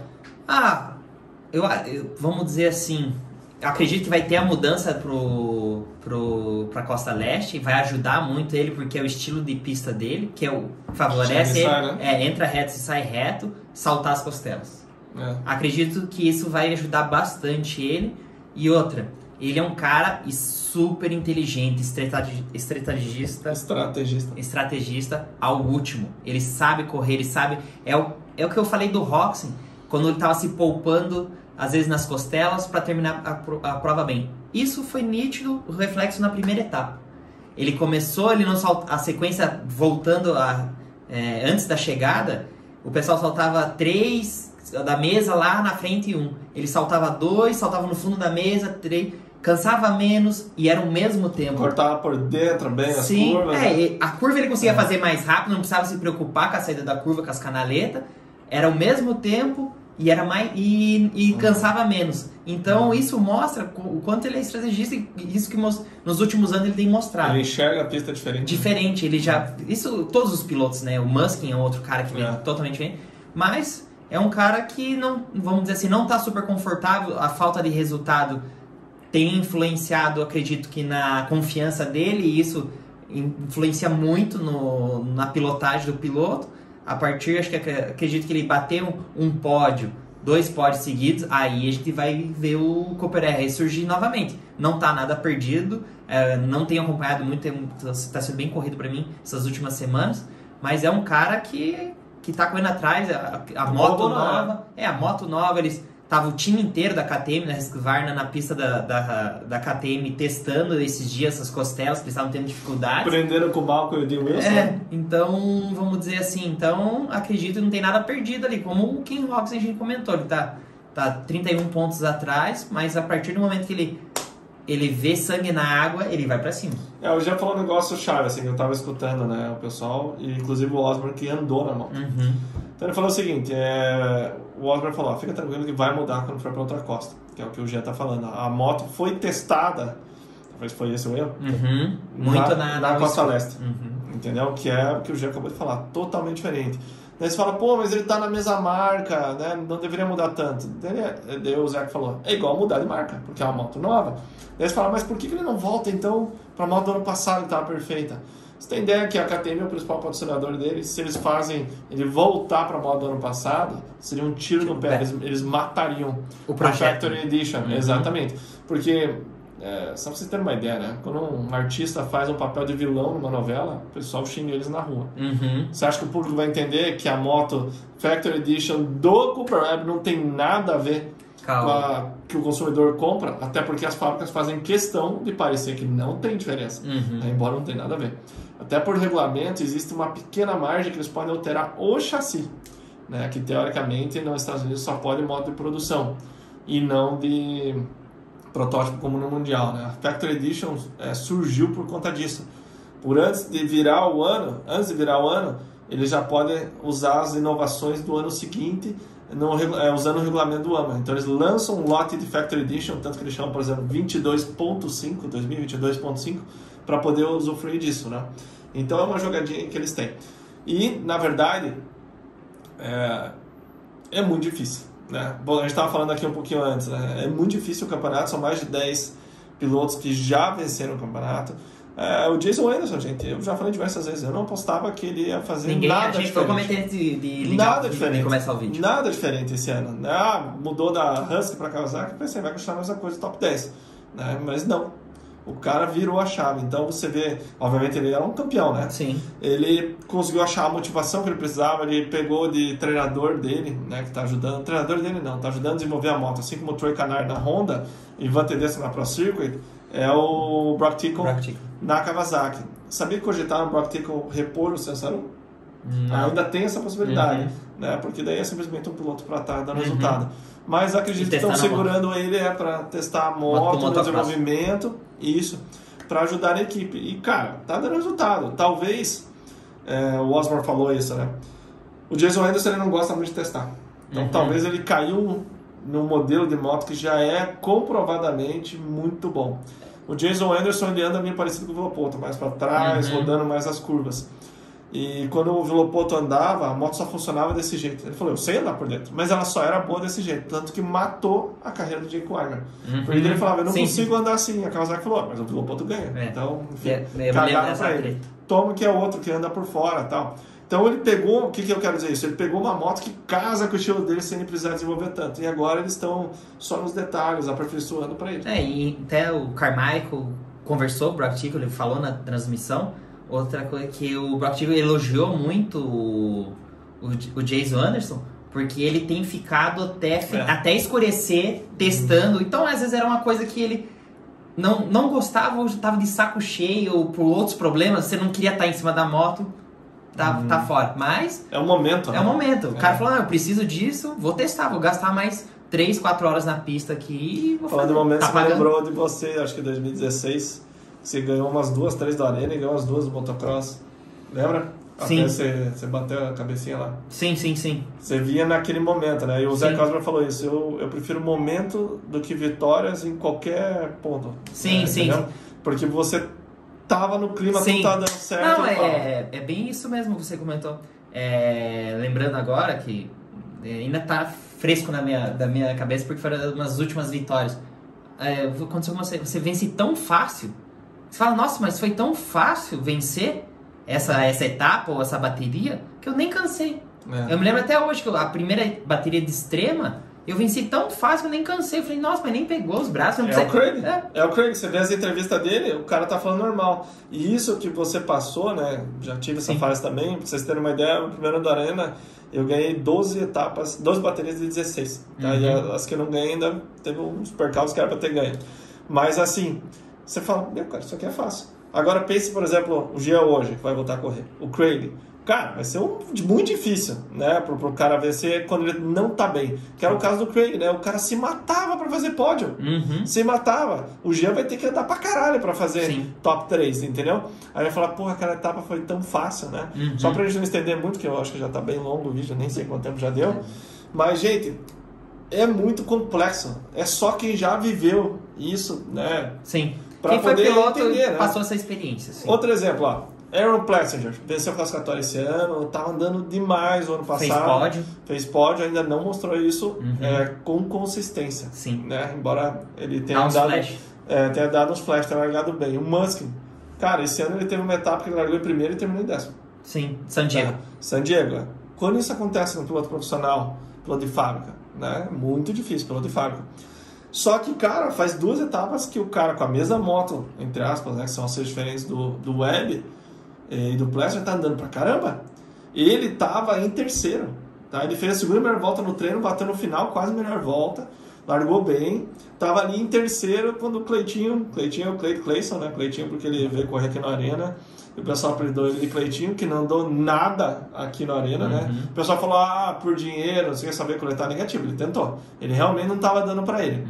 Speaker 2: Vamos dizer assim, acredito que vai ter a mudança pra Costa Leste, vai ajudar muito ele, porque é o estilo de pista dele, que favorece ele, né? Entra reto e sai reto, saltar as costelas. Acredito que isso vai ajudar bastante ele. E outra, ele é um cara super inteligente, estrategista ao último. Ele sabe correr, ele sabe... É o que eu falei do Roczen, quando ele estava se poupando, às vezes nas costelas, para terminar a prova bem. Isso foi nítido, o reflexo na primeira etapa. Ele começou, a sequência voltando antes da chegada, o pessoal saltava 3 da mesa lá na frente e 1. Ele saltava 2, saltava no fundo da mesa, 3, cansava menos e era o mesmo tempo.
Speaker 1: Cortava por dentro bem as curvas.
Speaker 2: A curva ele conseguia fazer mais rápido, não precisava se preocupar com a saída da curva, com as canaletas. Era o mesmo tempo e era mais cansava menos. Então isso mostra o quanto ele é estrategista e isso que nos últimos anos ele tem mostrado.
Speaker 1: Ele enxerga a pista diferente.
Speaker 2: Ele já... Isso todos os pilotos, né? O Muskin é outro cara que vem totalmente diferente. Mas é um cara que não, vamos dizer assim, não está super confortável. A falta de resultado tem influenciado, acredito que na confiança dele, e isso influencia muito na pilotagem do piloto. A partir, acredito que ele bateu um pódio, 2 pódios seguidos, aí a gente vai ver o Cooper R surgir novamente. Não está nada perdido, não tenho acompanhado muito, está sendo bem corrido para mim essas últimas semanas, mas é um cara que está correndo atrás, a moto nova, a moto nova, eles... Tava o time inteiro da KTM, na Husqvarna, na pista da KTM, testando esses dias essas costelas, que eles estavam tendo dificuldade.
Speaker 1: Prenderam com o Malcolm e o Dean Wilson.
Speaker 2: Então, vamos dizer assim, acredito que não tem nada perdido ali. Como o Ken Roczen a gente comentou, ele tá 31 pontos atrás, mas a partir do momento que ele vê sangue na água, ele vai pra cima.
Speaker 1: Eu já falei um negócio chave, assim, que eu tava escutando, né, o pessoal, e inclusive o Osborne que andou na moto. Então ele falou o seguinte, o Osborne falou, fica tranquilo que vai mudar quando for pra outra costa, que é o que o Jean tá falando. A moto foi testada, talvez foi esse o erro,
Speaker 2: muito
Speaker 1: na Costa Leste, entendeu? Que é o que o Jean acabou de falar, totalmente diferente. Daí você fala, pô, mas ele tá na mesma marca, né? Não deveria mudar tanto. Daí o Zé falou, é igual mudar de marca, porque é uma moto nova. Daí você fala, mas por que ele não volta então pra moto do ano passado que tava perfeita? Você tem ideia que a KTM é o principal patrocinador deles? Se eles fazem ele voltar pra moto do ano passado, seria um tiro no pé, eles matariam
Speaker 2: o projeto.
Speaker 1: Factory Edition, exatamente. Porque, só pra vocês terem uma ideia, né? Quando um artista faz um papel de vilão numa novela, o pessoal xinga eles na rua. Você acha que o público vai entender que a moto Factory Edition do Cooper Webb não tem nada a ver com a que o consumidor compra? Até porque as fábricas fazem questão de parecer que não tem diferença, né? Embora não tenha nada a ver. Até por regulamento, existe uma pequena margem que eles podem alterar o chassi, né? Que teoricamente nos Estados Unidos só pode moto de produção e não de protótipo como no Mundial, né? A Factory Edition surgiu por conta disso. Antes de virar o ano, eles já podem usar as inovações do ano seguinte, usando o regulamento do AMA. Então eles lançam um lote de Factory Edition, tanto que eles chamam, por exemplo, 2022.5, para poder usufruir disso, né? Então é uma jogadinha que eles têm. E, na verdade, é muito difícil, né? Bom, a gente estava falando aqui um pouquinho antes, né? É muito difícil o campeonato, são mais de 10 pilotos que já venceram o campeonato. O Jason Anderson, gente, eu já falei diversas vezes, eu não apostava que ele ia fazer nada diferente.
Speaker 2: Foi comentando de ligar de começar o vídeo.
Speaker 1: Nada diferente esse ano. Mudou da Husky para Kawasaki, pensei, vai continuar a mesma coisa, top 10. né? Mas não. O cara virou a chave. Então você vê, obviamente ele era um campeão, né?
Speaker 2: Sim.
Speaker 1: Ele conseguiu achar a motivação que ele precisava, ele pegou de treinador dele, né? Que tá ajudando. Treinador dele não, tá ajudando a desenvolver a moto. Assim como o Troy Canard na Honda e Ivan Tedesco na Pro Circuit, é o Brock Tickle na Kawasaki. Sabia que cogitaram o Brock Tickle repor o sensor 1? Ainda tem essa possibilidade, né? Porque daí é simplesmente um piloto para estar dando resultado. Mas acredito que estão segurando ele para testar a moto no desenvolvimento, isso, para ajudar a equipe. E, cara, tá dando resultado. Talvez, o Osborne falou isso, né? O Jason Anderson ele não gosta muito de testar. Então, talvez ele caiu num modelo de moto que já é comprovadamente muito bom. O Jason Anderson ele anda meio parecido com o Villopoto, mais para trás, rodando mais as curvas. E quando o Villopoto andava, a moto só funcionava desse jeito. Ele falou, eu sei andar por dentro, mas ela só era boa desse jeito. Tanto que matou a carreira do Jake Weimer. Porque ele falava, eu não consigo andar assim. A Kawasaki falou, mas o Villopoto ganha. Então, enfim, cagaram pra ele. Toma que é outro que anda por fora e tal. Então ele pegou, o que eu quero dizer isso? Ele pegou uma moto que casa com o estilo dele sem precisar desenvolver tanto. E agora eles estão só nos detalhes, aperfeiçoando para ele.
Speaker 2: E até o Carmichael conversou, o Brock Tickle, ele falou na transmissão. Outra coisa que o Brock Tickle elogiou muito o Jason Anderson, porque ele tem ficado até escurecer, testando. Então, às vezes era uma coisa que ele não gostava, ou estava de saco cheio, ou por outros problemas, você não queria estar em cima da moto, tá fora. Mas...
Speaker 1: é o momento, né?
Speaker 2: É o momento. O cara falou, eu preciso disso, vou testar, vou gastar mais 3, 4 horas na pista aqui e vou fazer.
Speaker 1: Falando do momento, você me lembrou de você, acho que em 2016... Você ganhou umas 2, 3 da Arena e ganhou umas 2 do motocross. Lembra?
Speaker 2: Sim.
Speaker 1: Até você bateu a cabecinha lá.
Speaker 2: Sim.
Speaker 1: Você via naquele momento, né? E o Zé Cosmer falou isso. Eu prefiro momento do que vitórias em qualquer ponto.
Speaker 2: Sim.
Speaker 1: Porque você tava no clima, tudo tá dando certo.
Speaker 2: Não, é bem isso mesmo que você comentou. Lembrando agora que ainda tá fresco da minha cabeça porque foram umas últimas vitórias. Aconteceu com você vence tão fácil. Você fala, nossa, mas foi tão fácil vencer essa etapa ou essa bateria que eu nem cansei. Eu me lembro até hoje que a primeira bateria de extrema eu venci tão fácil que eu nem cansei. Eu falei, nossa, mas nem pegou os braços. Não
Speaker 1: o Craig. É o Craig. Você vê as entrevistas dele, o cara tá falando normal. E isso que você passou, né? Já tive essa fase também. Pra vocês terem uma ideia, no primeiro da Arena eu ganhei 12 etapas, 12 baterias de 16. Tá? E as que eu não ganhei ainda teve uns percalços que era pra ter ganho. Mas assim, você fala, meu cara, isso aqui é fácil. Agora pense, por exemplo, o Jean hoje, que vai voltar a correr. O Craig. Cara, vai ser muito difícil, né, pro cara vencer quando ele não tá bem. Que era o caso do Craig, né? O cara se matava pra fazer pódio. Se matava. O Jean vai ter que andar pra caralho pra fazer top 3, entendeu? Aí vai falar, porra, aquela etapa foi tão fácil, né? Só pra gente não estender muito, que eu acho que já tá bem longo o vídeo, nem sei quanto tempo já deu. Mas, gente, é muito complexo. É só quem já viveu isso, né?
Speaker 2: Sim.
Speaker 1: Pra
Speaker 2: quem
Speaker 1: poder
Speaker 2: foi piloto
Speaker 1: entender, né?
Speaker 2: passou essa experiência. Sim.
Speaker 1: Outro exemplo, ó. Aaron Plessinger venceu a classificatória esse ano, estava andando demais o ano passado. Fez pódio, ainda não mostrou isso com consistência.
Speaker 2: Sim.
Speaker 1: Né? Embora ele tenha dado uns flash, tenha largado bem. O Muskin, cara, esse ano ele teve uma etapa que ele largou em primeiro e terminou em 10º.
Speaker 2: Sim, San Diego.
Speaker 1: San Diego. Quando isso acontece no piloto profissional, piloto de fábrica, né? Muito difícil, piloto de fábrica. Só que, cara, faz 2 etapas que o cara com a mesma moto, entre aspas, né, que são as 6 diferentes do Webb e do Plessinger, tá andando pra caramba. Ele tava em terceiro, tá? Ele fez a segunda melhor volta no treino, bateu no final, quase a melhor volta, largou bem, tava ali em terceiro quando o Cleitinho é o Clayson, né? Cleitinho porque ele veio correr aqui na Arena, e o pessoal apelidou ele de Cleitinho, que não andou nada aqui na Arena, né? O pessoal falou, por dinheiro, não sei saber coletar negativo, ele tentou, ele realmente não tava dando pra ele.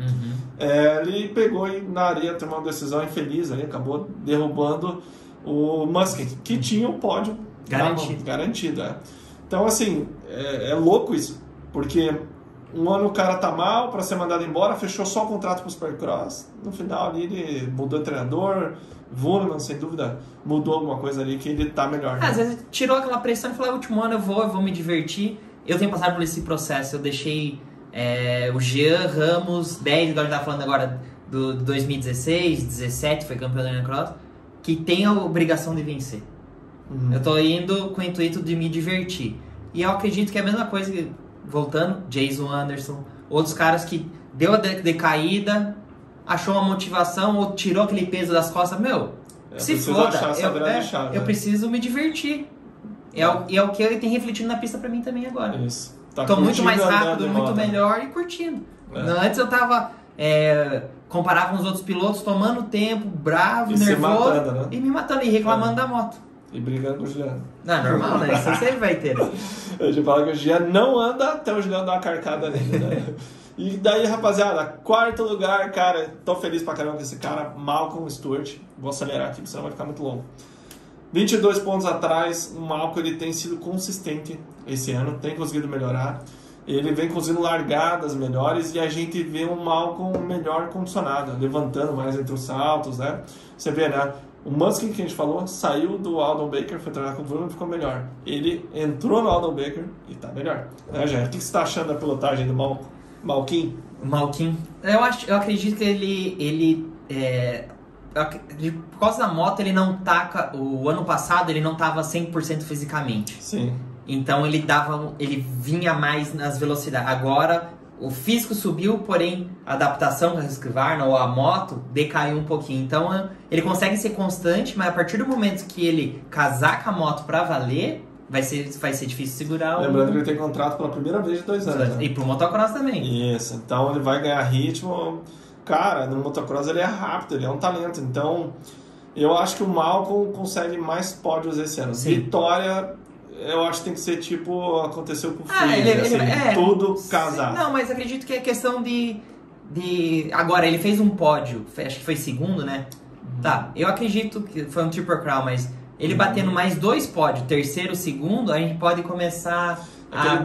Speaker 1: Ele pegou e na areia tomou uma decisão infeliz, ali, acabou derrubando o Muskin, que tinha o pódio garantido. Então, assim, é louco isso, porque um ano o cara tá mal para ser mandado embora, fechou só o contrato pro Supercross, no final ali ele mudou de treinador, Vuneman, sem dúvida, mudou alguma coisa ali que ele tá melhor.
Speaker 2: Às vezes tirou aquela pressão e falou, último ano eu vou me divertir. Eu tenho passado por esse processo, eu deixei o Jean Ramos, 10, agora a gente tá falando agora do 2016, 17, foi campeão da Cross, que tem a obrigação de vencer. Eu tô indo com o intuito de me divertir. E eu acredito que é a mesma coisa, voltando, Jason Anderson, outros caras que deu a decaída, achou uma motivação ou tirou aquele peso das costas, se foda, eu preciso me divertir. É o que ele tem refletido na pista pra mim também agora.
Speaker 1: Isso.
Speaker 2: Tô muito mais rápido, muito melhor e curtindo. Antes eu tava... comparava com os outros pilotos, tomando tempo, bravo, nervoso. Se matando, né? E me matando, e reclamando da moto.
Speaker 1: E brigando com o Juliano.
Speaker 2: Não, normal, né? Isso sempre vai ter.
Speaker 1: Eu já falo que o Juliano não anda até o Juliano dar uma carcada nele, né? E daí, rapaziada, 4º lugar, cara, tô feliz pra caramba com esse cara, Malcolm Stewart. Vou acelerar aqui, senão vai ficar muito longo. 22 pontos atrás, o Malcolm ele tem sido consistente esse ano, tem conseguido melhorar. Ele vem conseguindo largadas melhores e a gente vê um Malcolm melhor condicionado, levantando mais entre os saltos, né? Você vê, né? O Muskin que a gente falou saiu do Aldon Baker, foi treinar com o Bruno e ficou melhor. Ele entrou no Aldon Baker e tá melhor. Né, Jair? O que você tá achando da pilotagem do Malkin?
Speaker 2: Eu acredito que ele por causa da moto, ele não taca. O ano passado ele não tava 100% fisicamente.
Speaker 1: Sim.
Speaker 2: Então ele vinha mais nas velocidades. Agora o físico subiu, porém a adaptação com a Husqvarna ou a moto decaiu um pouquinho. Então ele consegue ser constante, mas a partir do momento que ele casar com a moto pra valer, vai ser difícil segurar.
Speaker 1: Lembrando que ele tem contrato pela primeira vez de 2 anos.
Speaker 2: Né? E pro motocross também.
Speaker 1: Isso, então ele vai ganhar ritmo. Cara, no motocross ele é rápido, ele é um talento. Então eu acho que o Malcolm consegue mais pódios esse ano. Sim. Vitória, eu acho que tem que ser tipo aconteceu com o Freeze, tudo casar.
Speaker 2: Não, mas acredito que é questão de... Agora, ele fez um pódio, acho que foi segundo, né? Tá, eu acredito que foi um Triple Crown, mas ele batendo mais 2 pódios, terceiro, segundo, a gente pode começar a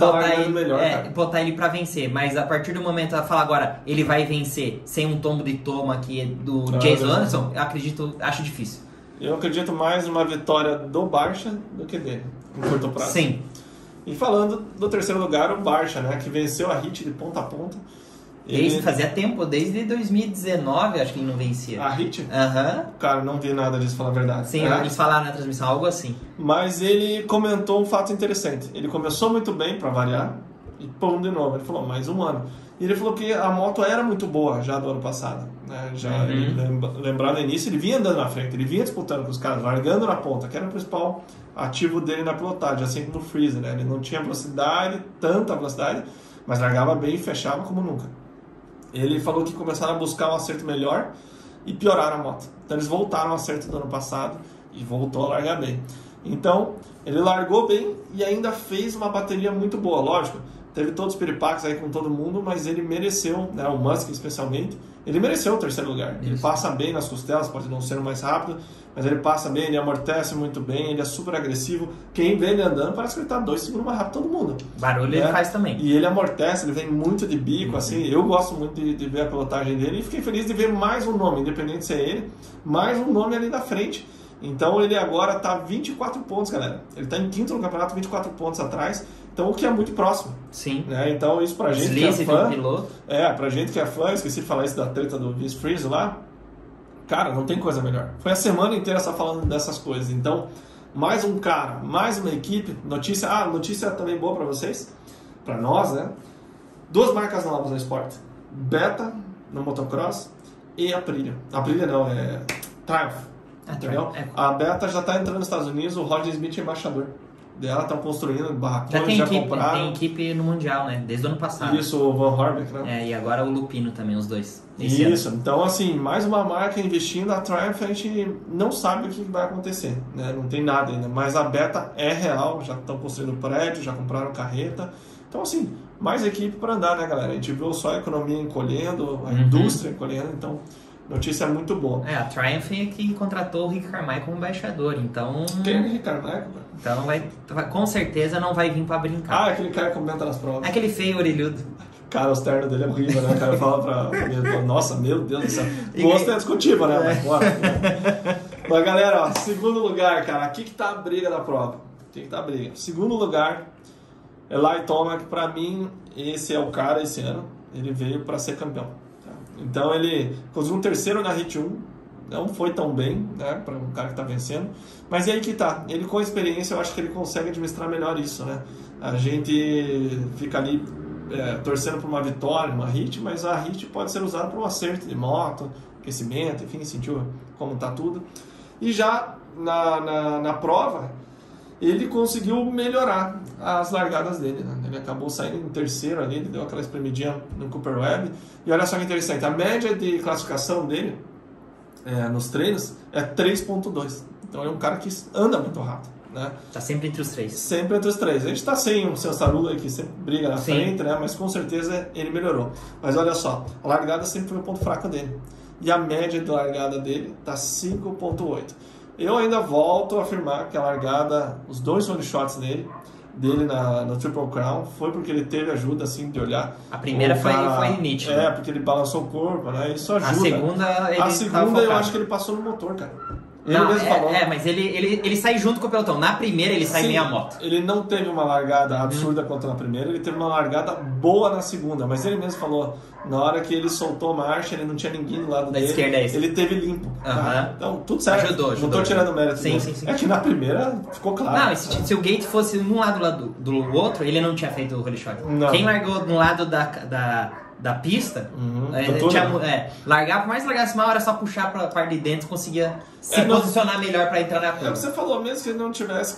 Speaker 2: botar ele pra vencer. Mas a partir do momento, ela fala agora, ele vai vencer sem um tombo de toma aqui do Jason Anderson, eu acho difícil.
Speaker 1: Eu acredito mais numa vitória do Barcia do que dele, no curto prazo.
Speaker 2: Sim.
Speaker 1: E falando do terceiro lugar, o Barcia, né, que venceu a HIT de ponta a ponta.
Speaker 2: Fazia tempo, desde 2019, acho que ele não vencia.
Speaker 1: A HIT?
Speaker 2: Aham.
Speaker 1: Cara, não vi nada disso, falar a verdade.
Speaker 2: Sim, eles falaram na transmissão, algo assim.
Speaker 1: Mas ele comentou um fato interessante. Ele começou muito bem, pra variar, e pum, de novo. Ele falou, mais um ano. E ele falou que a moto era muito boa já do ano passado. Né? Lembrando no início, ele vinha andando na frente, ele vinha disputando com os caras, largando na ponta, que era o principal ativo dele na pilotagem, assim como no Freeze, né? Ele não tinha velocidade, tanta velocidade, mas largava bem e fechava como nunca. Ele falou que começaram a buscar um acerto melhor e pioraram a moto. Então eles voltaram ao acerto do ano passado e voltou a largar bem. Então ele largou bem e ainda fez uma bateria muito boa. Lógico, teve todos os piripaques aí com todo mundo, mas ele mereceu, né, o Musk especialmente, ele mereceu o terceiro lugar. Ele passa bem nas costelas, pode não ser o mais rápido, mas ele passa bem, ele amortece muito bem, ele é super agressivo. Quem vê ele andando parece que ele está 2 segundos mais rápido que todo mundo.
Speaker 2: Barulho, né? Ele faz também.
Speaker 1: E ele amortece, ele vem muito de bico, assim. Eu gosto muito de ver a pilotagem dele e fiquei feliz de ver mais um nome, independente se é ele, mais um nome ali da frente. Então ele agora está 24 pontos, galera. Ele está em 5º no campeonato, 24 pontos atrás. Então o que é muito próximo.
Speaker 2: Sim.
Speaker 1: Né? Então isso pra gente que é fã... pra gente que é fã, esqueci de falar isso da treta do Vince Freeze lá. Cara, não tem coisa melhor. Foi a semana inteira só falando dessas coisas. Então, mais um cara, mais uma equipe. Notícia também boa pra vocês. Pra nós, né? 2 marcas novas no esporte. Beta, no motocross, e a Aprilia. Aprilia não, é Triumph. Entendeu? A Beta já tá entrando nos Estados Unidos, o Roger Smith é embaixador dela, estão construindo barracões, já compraram.
Speaker 2: Tem equipe no Mundial, né? Desde o ano passado.
Speaker 1: Isso, o Van Horbeck, né?
Speaker 2: E agora o Lupino também, os dois.
Speaker 1: Isso, então assim, mais uma marca investindo, a Triumph a gente não sabe o que vai acontecer, né? Não tem nada ainda, mas a Beta é real, já estão construindo prédio, já compraram carreta. Então assim, mais equipe para andar, né, galera? A gente viu só a economia encolhendo, a indústria encolhendo, então... Notícia muito boa.
Speaker 2: A Triumph é que contratou o Rick Carmichael como embaixador, então...
Speaker 1: Quem é o Rick Carmichael?
Speaker 2: Então com certeza não vai vir pra brincar.
Speaker 1: Aquele cara que comenta nas provas.
Speaker 2: Aquele feio orelhudo.
Speaker 1: Cara, o terno dele é horrível, né? O cara fala pra... Nossa, meu Deus do céu. Gosto é discutível, né? Mas bora. Mas galera, ó, segundo lugar, cara. Aqui que tá a briga da prova. Aqui que tá a briga. Segundo lugar, Eli Tomac, pra mim, esse é o cara esse ano. Ele veio pra ser campeão. Então ele conseguiu um terceiro na HIT 1, não foi tão bem, né, para um cara que está vencendo, mas é aí que tá, ele com a experiência eu acho que ele consegue administrar melhor isso, né, a gente fica ali torcendo por uma vitória, uma HIT, mas a HIT pode ser usada para um acerto de moto, aquecimento, enfim, sentiu como está tudo. E já na prova, ele conseguiu melhorar as largadas dele, né? Ele acabou saindo em terceiro ali, ele deu aquela espremidinha no Cooper Webb. E olha só que interessante, a média de classificação dele nos treinos é 3.2. Então é um cara que anda muito rápido, né?
Speaker 2: Tá sempre entre os três.
Speaker 1: Sempre entre os três. A gente tá sem o seu Sarula que sempre briga na frente, né? Mas com certeza ele melhorou. Mas olha só, a largada sempre foi o ponto fraco dele. E a média de largada dele tá 5.8. Eu ainda volto a afirmar que a largada, os 2 one shots dele no Triple Crown, foi porque ele teve ajuda, assim, de olhar.
Speaker 2: A primeira foi nítida.
Speaker 1: Porque ele balançou o corpo, né? Isso ajuda.
Speaker 2: A segunda
Speaker 1: eu acho que ele passou no motor, cara. Ele
Speaker 2: não,
Speaker 1: mesmo falou.
Speaker 2: Mas ele sai junto com o pelotão. Na primeira ele sai meia moto.
Speaker 1: Ele não teve uma largada absurda quanto na primeira, ele teve uma largada boa na segunda, mas ele mesmo falou, na hora que ele soltou a marcha, ele não tinha ninguém do lado dele.
Speaker 2: Da esquerda é isso.
Speaker 1: Ele teve limpo. Tá? Então, tudo certo.
Speaker 2: Ajudou.
Speaker 1: Não tô tirando mérito
Speaker 2: sim.
Speaker 1: É que na primeira ficou claro.
Speaker 2: Não, se o Gate fosse um lado do outro, ele não tinha feito o holy shot.
Speaker 1: Não.
Speaker 2: Quem largou no lado da pista, largar, por mais que largasse mal, era só puxar pra parte de dentro, conseguia se posicionar melhor pra entrar na curva.
Speaker 1: Você falou mesmo que ele não tivesse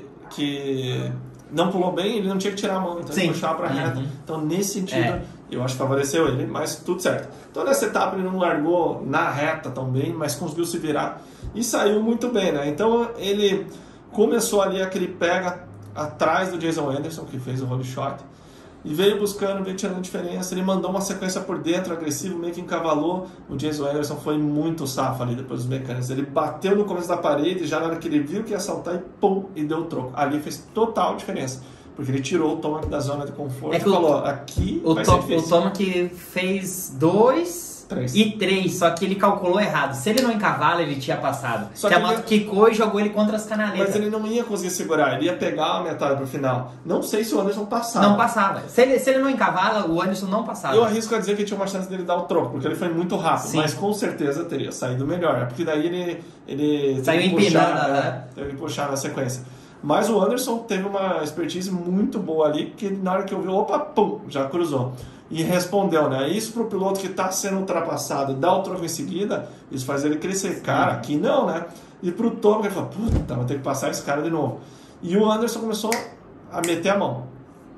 Speaker 1: que não pulou bem, ele não tinha que tirar a mão, então ele puxava pra reta. Então nesse sentido, eu acho que favoreceu ele, mas tudo certo. Então nessa etapa ele não largou na reta tão bem, mas conseguiu se virar e saiu muito bem, né? Então ele começou ali aquele pega atrás do Jason Anderson, que fez o holy shot, e veio buscando, veio tirando diferença. Ele mandou uma sequência por dentro, agressivo, meio que encavalou. O Jason Anderson foi muito safo ali depois dos mecânicos. Ele bateu no começo da parede, já na hora que ele viu que ia saltar, e pum, e deu o troco. Ali fez total diferença, porque ele tirou o Tomac da zona de conforto e falou, aqui vai ser difícil.
Speaker 2: O Tomac fez 2 e 3, só que ele calculou errado. Se ele não encavala, ele tinha passado. Só que a moto quicou e jogou ele contra as canaletas.
Speaker 1: Mas ele não ia conseguir segurar, ele ia pegar a metade pro final. Não sei se o Anderson passava.
Speaker 2: Não passava. Se ele não encavala, o Anderson não passava.
Speaker 1: Eu arrisco a dizer que tinha uma chance dele dar o troco, porque ele foi muito rápido. Sim. Mas com certeza teria saído melhor. Porque daí ele
Speaker 2: saiu empinando,
Speaker 1: teve que puxar na sequência. Mas o Anderson teve uma expertise muito boa ali, que na hora que eu vi, opa, pum, já cruzou. E respondeu, né? Isso pro piloto que está sendo ultrapassado, dá o troco em seguida, isso faz ele crescer. Cara, aqui não, né? E pro Tom, ele falou, puta, vou ter que passar esse cara de novo. E o Anderson começou a meter a mão.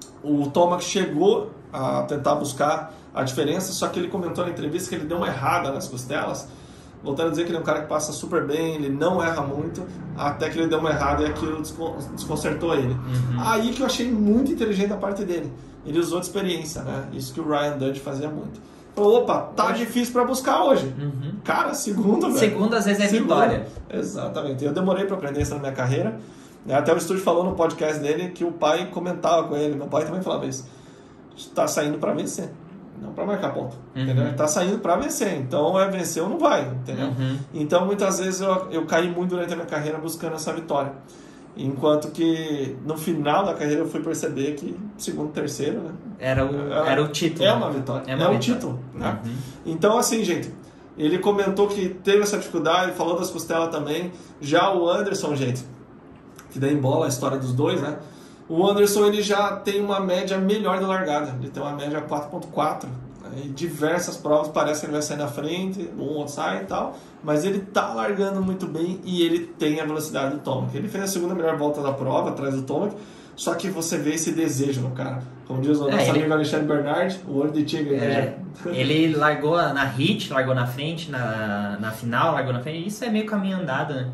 Speaker 1: O Tomac chegou a tentar buscar a diferença, só que ele comentou na entrevista que ele deu uma errada nas costelas, voltando a dizer que ele é um cara que passa super bem, ele não erra muito, até que ele deu uma errada e aquilo desconcertou ele. Aí que eu achei muito inteligente da parte dele. Ele usou de experiência, né? Isso que o Ryan Dudge fazia muito. Falou, opa, tá difícil pra buscar hoje. Cara, segunda, velho.
Speaker 2: Segunda às vezes é vitória.
Speaker 1: Exatamente. Eu demorei pra aprender isso na minha carreira. Até o estúdio falou no podcast dele que o pai comentava com ele. Meu pai também falava isso. Tá saindo pra vencer, não pra marcar ponto. Entendeu? Ele tá saindo pra vencer. Então vencer ou não vai, entendeu? Então muitas vezes eu caí muito durante a minha carreira buscando essa vitória. Enquanto que no final da carreira eu fui perceber que segundo, terceiro, né?
Speaker 2: Era o título.
Speaker 1: É uma vitória. É um título. Né? Então, assim, gente, ele comentou que teve essa dificuldade, falou das costelas também. Já o Anderson, gente, que daí embola a história dos dois, né? O Anderson, ele já tem uma média melhor da largada. Ele tem uma média 4.4. Em diversas provas parece que ele vai sair na frente, um outro sai e tal, mas ele tá largando muito bem e ele tem a velocidade do Tomac. Ele fez a segunda melhor volta da prova, atrás do Tomac, só que você vê esse desejo no cara. Como diz o nosso amigo Alexandre Bernard, o olho de tigre.
Speaker 2: Ele largou na HIT, largou na frente, na final, largou na frente, isso é meio caminho andado, né?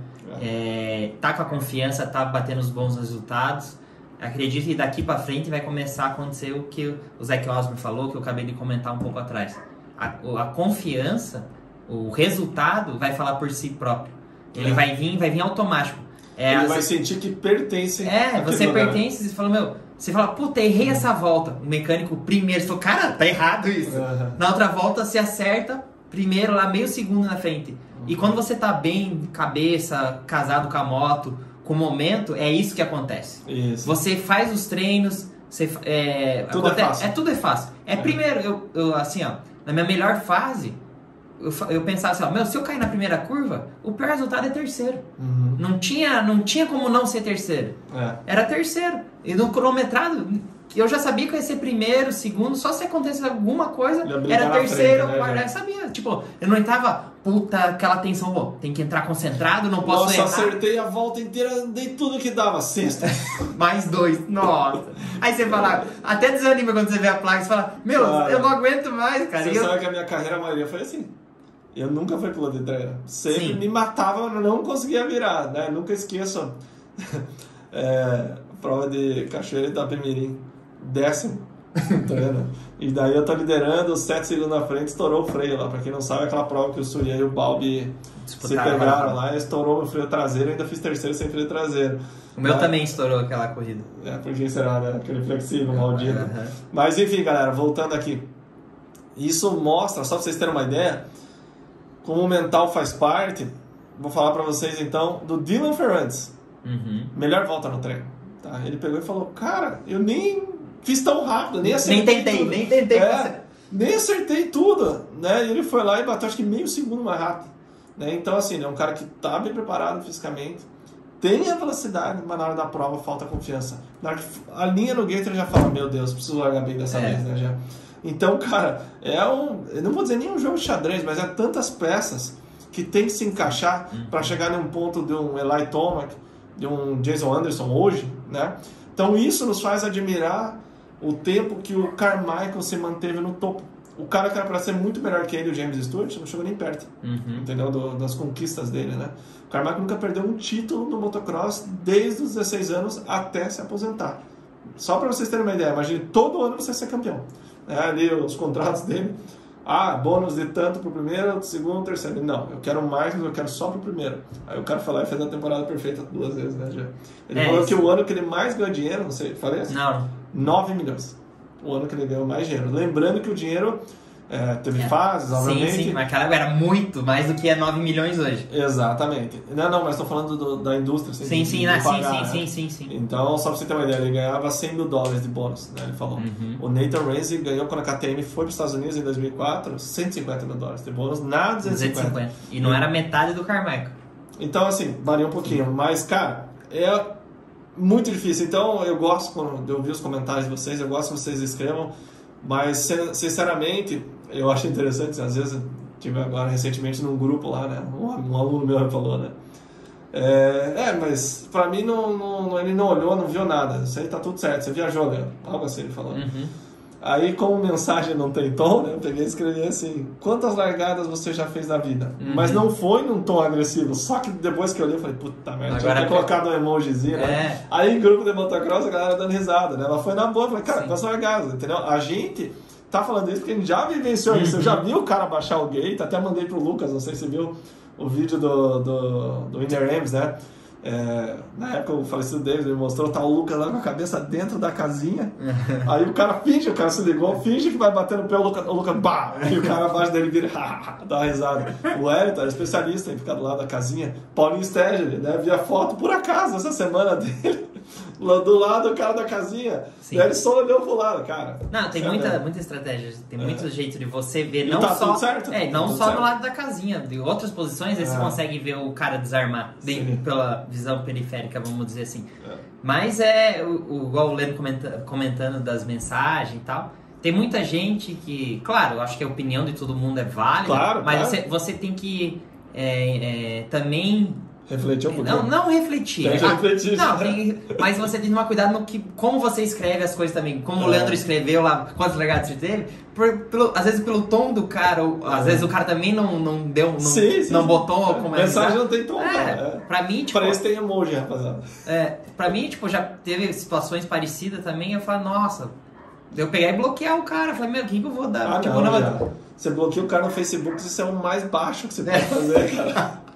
Speaker 2: Tá com a confiança, tá batendo os bons resultados. Acredito que daqui pra frente vai começar a acontecer o que o Zach Osborne falou, que eu acabei de comentar um pouco atrás. A confiança, o resultado vai falar por si próprio. Ele vai vir automático.
Speaker 1: Ele vai sentir que pertence.
Speaker 2: Você pertence e fala, você fala, puta, errei essa volta. O mecânico primeiro, você fala, cara, tá errado isso. Na outra volta você acerta primeiro lá, meio segundo na frente. E quando você tá bem, cabeça, casado com a moto, com o momento, é isso que acontece. Isso. Você faz os treinos,
Speaker 1: tudo é fácil.
Speaker 2: Tudo é fácil. Primeiro, eu assim, ó, na minha melhor fase, eu pensava assim, se eu cair na primeira curva, o pior resultado é terceiro. Não tinha como não ser terceiro. Era terceiro. E no cronometrado, eu já sabia que eu ia ser primeiro, segundo, só se acontecesse alguma coisa, era terceiro
Speaker 1: frente,
Speaker 2: ou quarto, eu sabia. Tipo, eu não entrava, puta, aquela tensão, pô, tem que entrar concentrado, não posso errar.
Speaker 1: Nossa, acertei a volta inteira, dei tudo que dava, sexta.
Speaker 2: Mais 2, nossa. Aí você fala, até desanima quando você vê a placa, você fala, meu, cara, eu não aguento mais, cara.
Speaker 1: Você sabe que a minha carreira, a maioria foi assim. Eu nunca fui piloto de treino. Sempre me matava, eu não conseguia virar, né? Nunca esqueço. Prova de Cachoeira Itapemirim. 10º treino. E daí eu tô liderando, 7 segundos na frente, estourou o freio lá. Pra quem não sabe, aquela prova que o Surya e o Balbi se pegaram lá, estourou o freio traseiro, ainda fiz terceiro sem freio traseiro.
Speaker 2: O meu também estourou aquela corrida.
Speaker 1: Por que será, né? Aquele flexível, maldito. Mas enfim, galera, voltando aqui. Isso mostra, só pra vocês terem uma ideia, como o mental faz parte. Vou falar pra vocês então do Dylan Ferrantes. Melhor volta no treino. Tá? Ele pegou e falou, cara, eu nem fiz tão rápido, nem acertei tudo. Nem tentei. Nem acertei tudo, né? E ele foi lá e bateu acho que meio segundo mais rápido. Né? Então, assim, ele é um cara que tá bem preparado fisicamente, tem a velocidade, mas na hora da prova falta confiança. Na hora que a linha no gate ele já fala, meu Deus, preciso largar bem dessa vez, né? Já. Então, cara, eu não vou dizer nem um jogo de xadrez, mas é tantas peças que tem que se encaixar para chegar num ponto de um Eli Tomac, de um Jason Anderson hoje, né? Então isso nos faz admirar o tempo que o Carmichael se manteve no topo. O cara que era para ser muito melhor que ele, o James Stewart, não chegou nem perto, entendeu? Das conquistas dele, né? O Carmichael nunca perdeu um título no motocross desde os 16 anos até se aposentar. Só para vocês terem uma ideia, imagine todo ano você ser campeão. Ali os contratos dele, bônus de tanto pro primeiro, segundo, terceiro. Não, eu quero mais, mas eu quero só pro primeiro. Aí o cara foi lá e fez a temporada perfeita 2 vezes, né? Já. Ele falou que o ano que ele mais ganhou dinheiro, não sei, falei isso?
Speaker 2: Não.
Speaker 1: 9 milhões. O ano que ele ganhou mais dinheiro. Lembrando que o dinheiro teve fases, obviamente.
Speaker 2: Sim, mas aquela era muito mais do que é 9 milhões hoje.
Speaker 1: Exatamente. Não, mas estou falando da indústria.
Speaker 2: Sim.
Speaker 1: Então, só para você ter uma ideia, ele ganhava $100 mil de bônus, né? Ele falou. O Nathan Ramsey ganhou quando a KTM foi para os Estados Unidos em 2004, $150 mil de bônus na 250.
Speaker 2: E não era metade do Carmichael.
Speaker 1: Então, assim, varia um pouquinho. Mas, cara, é muito difícil. Então, eu gosto quando eu vi os comentários de vocês, eu gosto que vocês escrevam. Mas, sinceramente, eu acho interessante, às vezes, tive agora recentemente num grupo lá, né? Um aluno meu falou, né? Mas pra mim ele não olhou, não viu nada. Isso aí tá tudo certo, você viajou, né? Algo assim ele falou. Aí, como mensagem não tem tom, né? Eu peguei e escrevi assim: quantas largadas você já fez na vida? Mas não foi num tom agressivo. Só que depois que eu li, eu falei, puta merda, tinha que ter colocado um emojizinho, né? Aí em grupo de motocross a galera dando risada, né? Ela foi na boa, eu falei, cara, quantas largadas, entendeu? A gente tá falando isso porque a gente já vivenciou isso. Eu já vi o cara baixar o gate, até mandei pro Lucas, não sei se você viu o vídeo do Winter Rams, né? Na época o falecido Davis me mostrou, tá o Lucas lá com a cabeça dentro da casinha. Aí o cara se ligou, finge que vai bater no pé, o Lucas bah! E o cara abaixo dele vira, dá uma risada. O Wellington era especialista em ficar do lado da casinha. Paulinho Stegel, né? Vi a foto por acaso essa semana dele, do lado do cara da casinha. E aí ele só olhou pro lado, cara.
Speaker 2: Não, tem muita estratégia, tem muito jeito de você ver, não
Speaker 1: tá
Speaker 2: só,
Speaker 1: tudo certo,
Speaker 2: não só no lado da casinha, de outras posições, aí você consegue ver o cara desarmar pela visão periférica, vamos dizer assim. Mas igual o Leno comentando das mensagens e tal, tem muita gente que, claro, eu acho que a opinião de todo mundo é válida, mas você tem que também
Speaker 1: refletir um pouquinho.
Speaker 2: Não refletir.
Speaker 1: Tem que refletir.
Speaker 2: Mas você tem que tomar cuidado como você escreve as coisas também. Como o Leandro escreveu lá, quantos largados você teve. Às vezes pelo tom do cara, ou às vezes o cara também não botou como
Speaker 1: é. A mensagem não tem tom.
Speaker 2: Pra mim, tipo...
Speaker 1: Parece que tem emoji, rapaziada.
Speaker 2: Pra mim, tipo, já teve situações parecidas também. Eu falo, nossa... Eu pegar e bloquear o cara. Eu falei, meu, o que eu vou dar?
Speaker 1: Você bloqueia o cara no Facebook, isso é o mais baixo que você pode fazer, cara.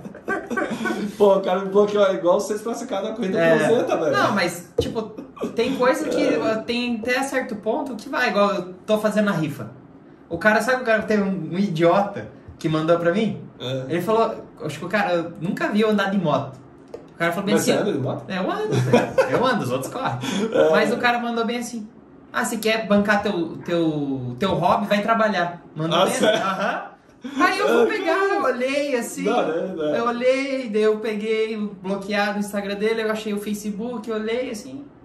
Speaker 1: Pô, o cara me bloqueou igual vocês classificados da corrida cruzeta, velho.
Speaker 2: Não, mas, tipo, tem coisa que tem até certo ponto que vai, igual eu tô fazendo a rifa. O cara, sabe o cara que teve um idiota que mandou pra mim? Ele falou, acho que o cara, eu nunca vi eu andar de moto. O cara falou bem assim.
Speaker 1: Você anda de moto?
Speaker 2: Eu ando, os outros correm. Mas o cara mandou bem assim. Se quer bancar teu hobby, vai trabalhar. Mandou bem assim. Aí eu vou pegar, eu olhei assim, eu olhei, daí eu peguei bloqueado o Instagram dele, eu achei o Facebook, eu olhei assim,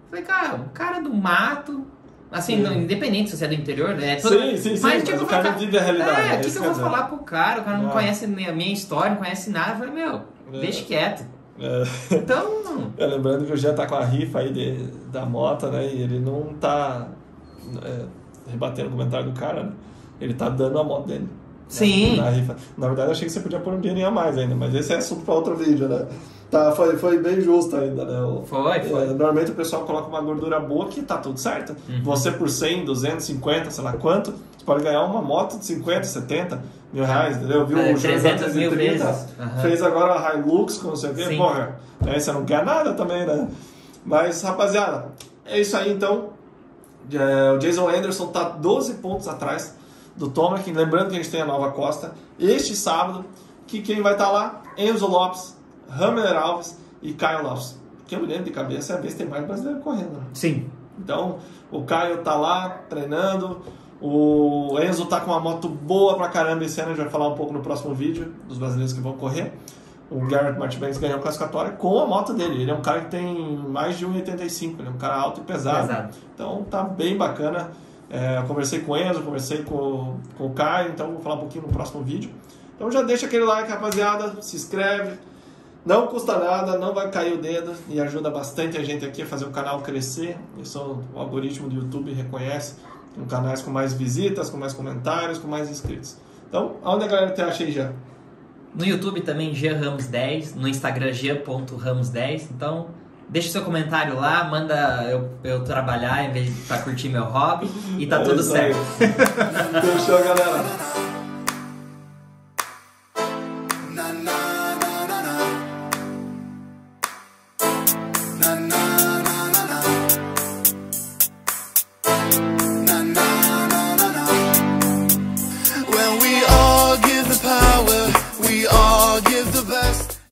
Speaker 2: Falei, cara, um cara do mato, assim, independente se você é do interior, né?
Speaker 1: Sim, mas o cara não vive a realidade.
Speaker 2: O que eu vou falar pro cara? O cara não conhece a minha história, não conhece nada. Eu falei, deixa quieto. Então...
Speaker 1: lembrando que o Jean tá com a rifa aí da moto, né? E ele não tá rebatendo o comentário do cara, né? Ele tá dando a moto dele.
Speaker 2: Sim.
Speaker 1: Na rifa. Na verdade, eu achei que você podia pôr um dinheirinho a mais ainda, mas esse é assunto para outro vídeo, né? Tá, foi bem justo ainda, né?
Speaker 2: Foi.
Speaker 1: Normalmente o pessoal coloca uma gordura boa que tá tudo certo. Você por 100, 250, sei lá quanto, você pode ganhar uma moto de 50, 70 mil reais, entendeu? Viu? O
Speaker 2: 300 mil vezes.
Speaker 1: Fez agora a Hilux com não sei o quê. Porra, né? Você não quer nada também, né? Mas, rapaziada, é isso aí então. O Jason Anderson tá 12 pontos atrás do Tomac. Lembrando que a gente tem a Nova Costa este sábado, que quem vai estar lá? Enzo Lopes, Ramler Alves e Caio Lopes. Que eu me lembro de cabeça, é a vez que tem mais brasileiro correndo. Né?
Speaker 2: Sim.
Speaker 1: Então, o Caio tá lá treinando, o Enzo tá com uma moto boa pra caramba esse ano, a gente vai falar um pouco no próximo vídeo dos brasileiros que vão correr. O Garrett Martinez ganhou a classificatória com a moto dele. Ele é um cara que tem mais de 1,85, ele é um cara alto e pesado. Então tá bem bacana. Eu conversei com o Enzo, conversei com o Caio, então vou falar um pouquinho no próximo vídeo. Então já deixa aquele like, rapaziada, se inscreve, não custa nada, não vai cair o dedo e ajuda bastante a gente aqui a fazer o canal crescer. Isso o algoritmo do YouTube reconhece, com canais com mais visitas, com mais comentários, com mais inscritos. Então, aonde a galera te acha aí já?
Speaker 2: No YouTube também, GeanRamos10, no Instagram, Gia.Ramos10, então... Deixa seu comentário lá, manda eu trabalhar em vez de curtir meu hobby e tá tudo certo.
Speaker 1: Fechou, galera.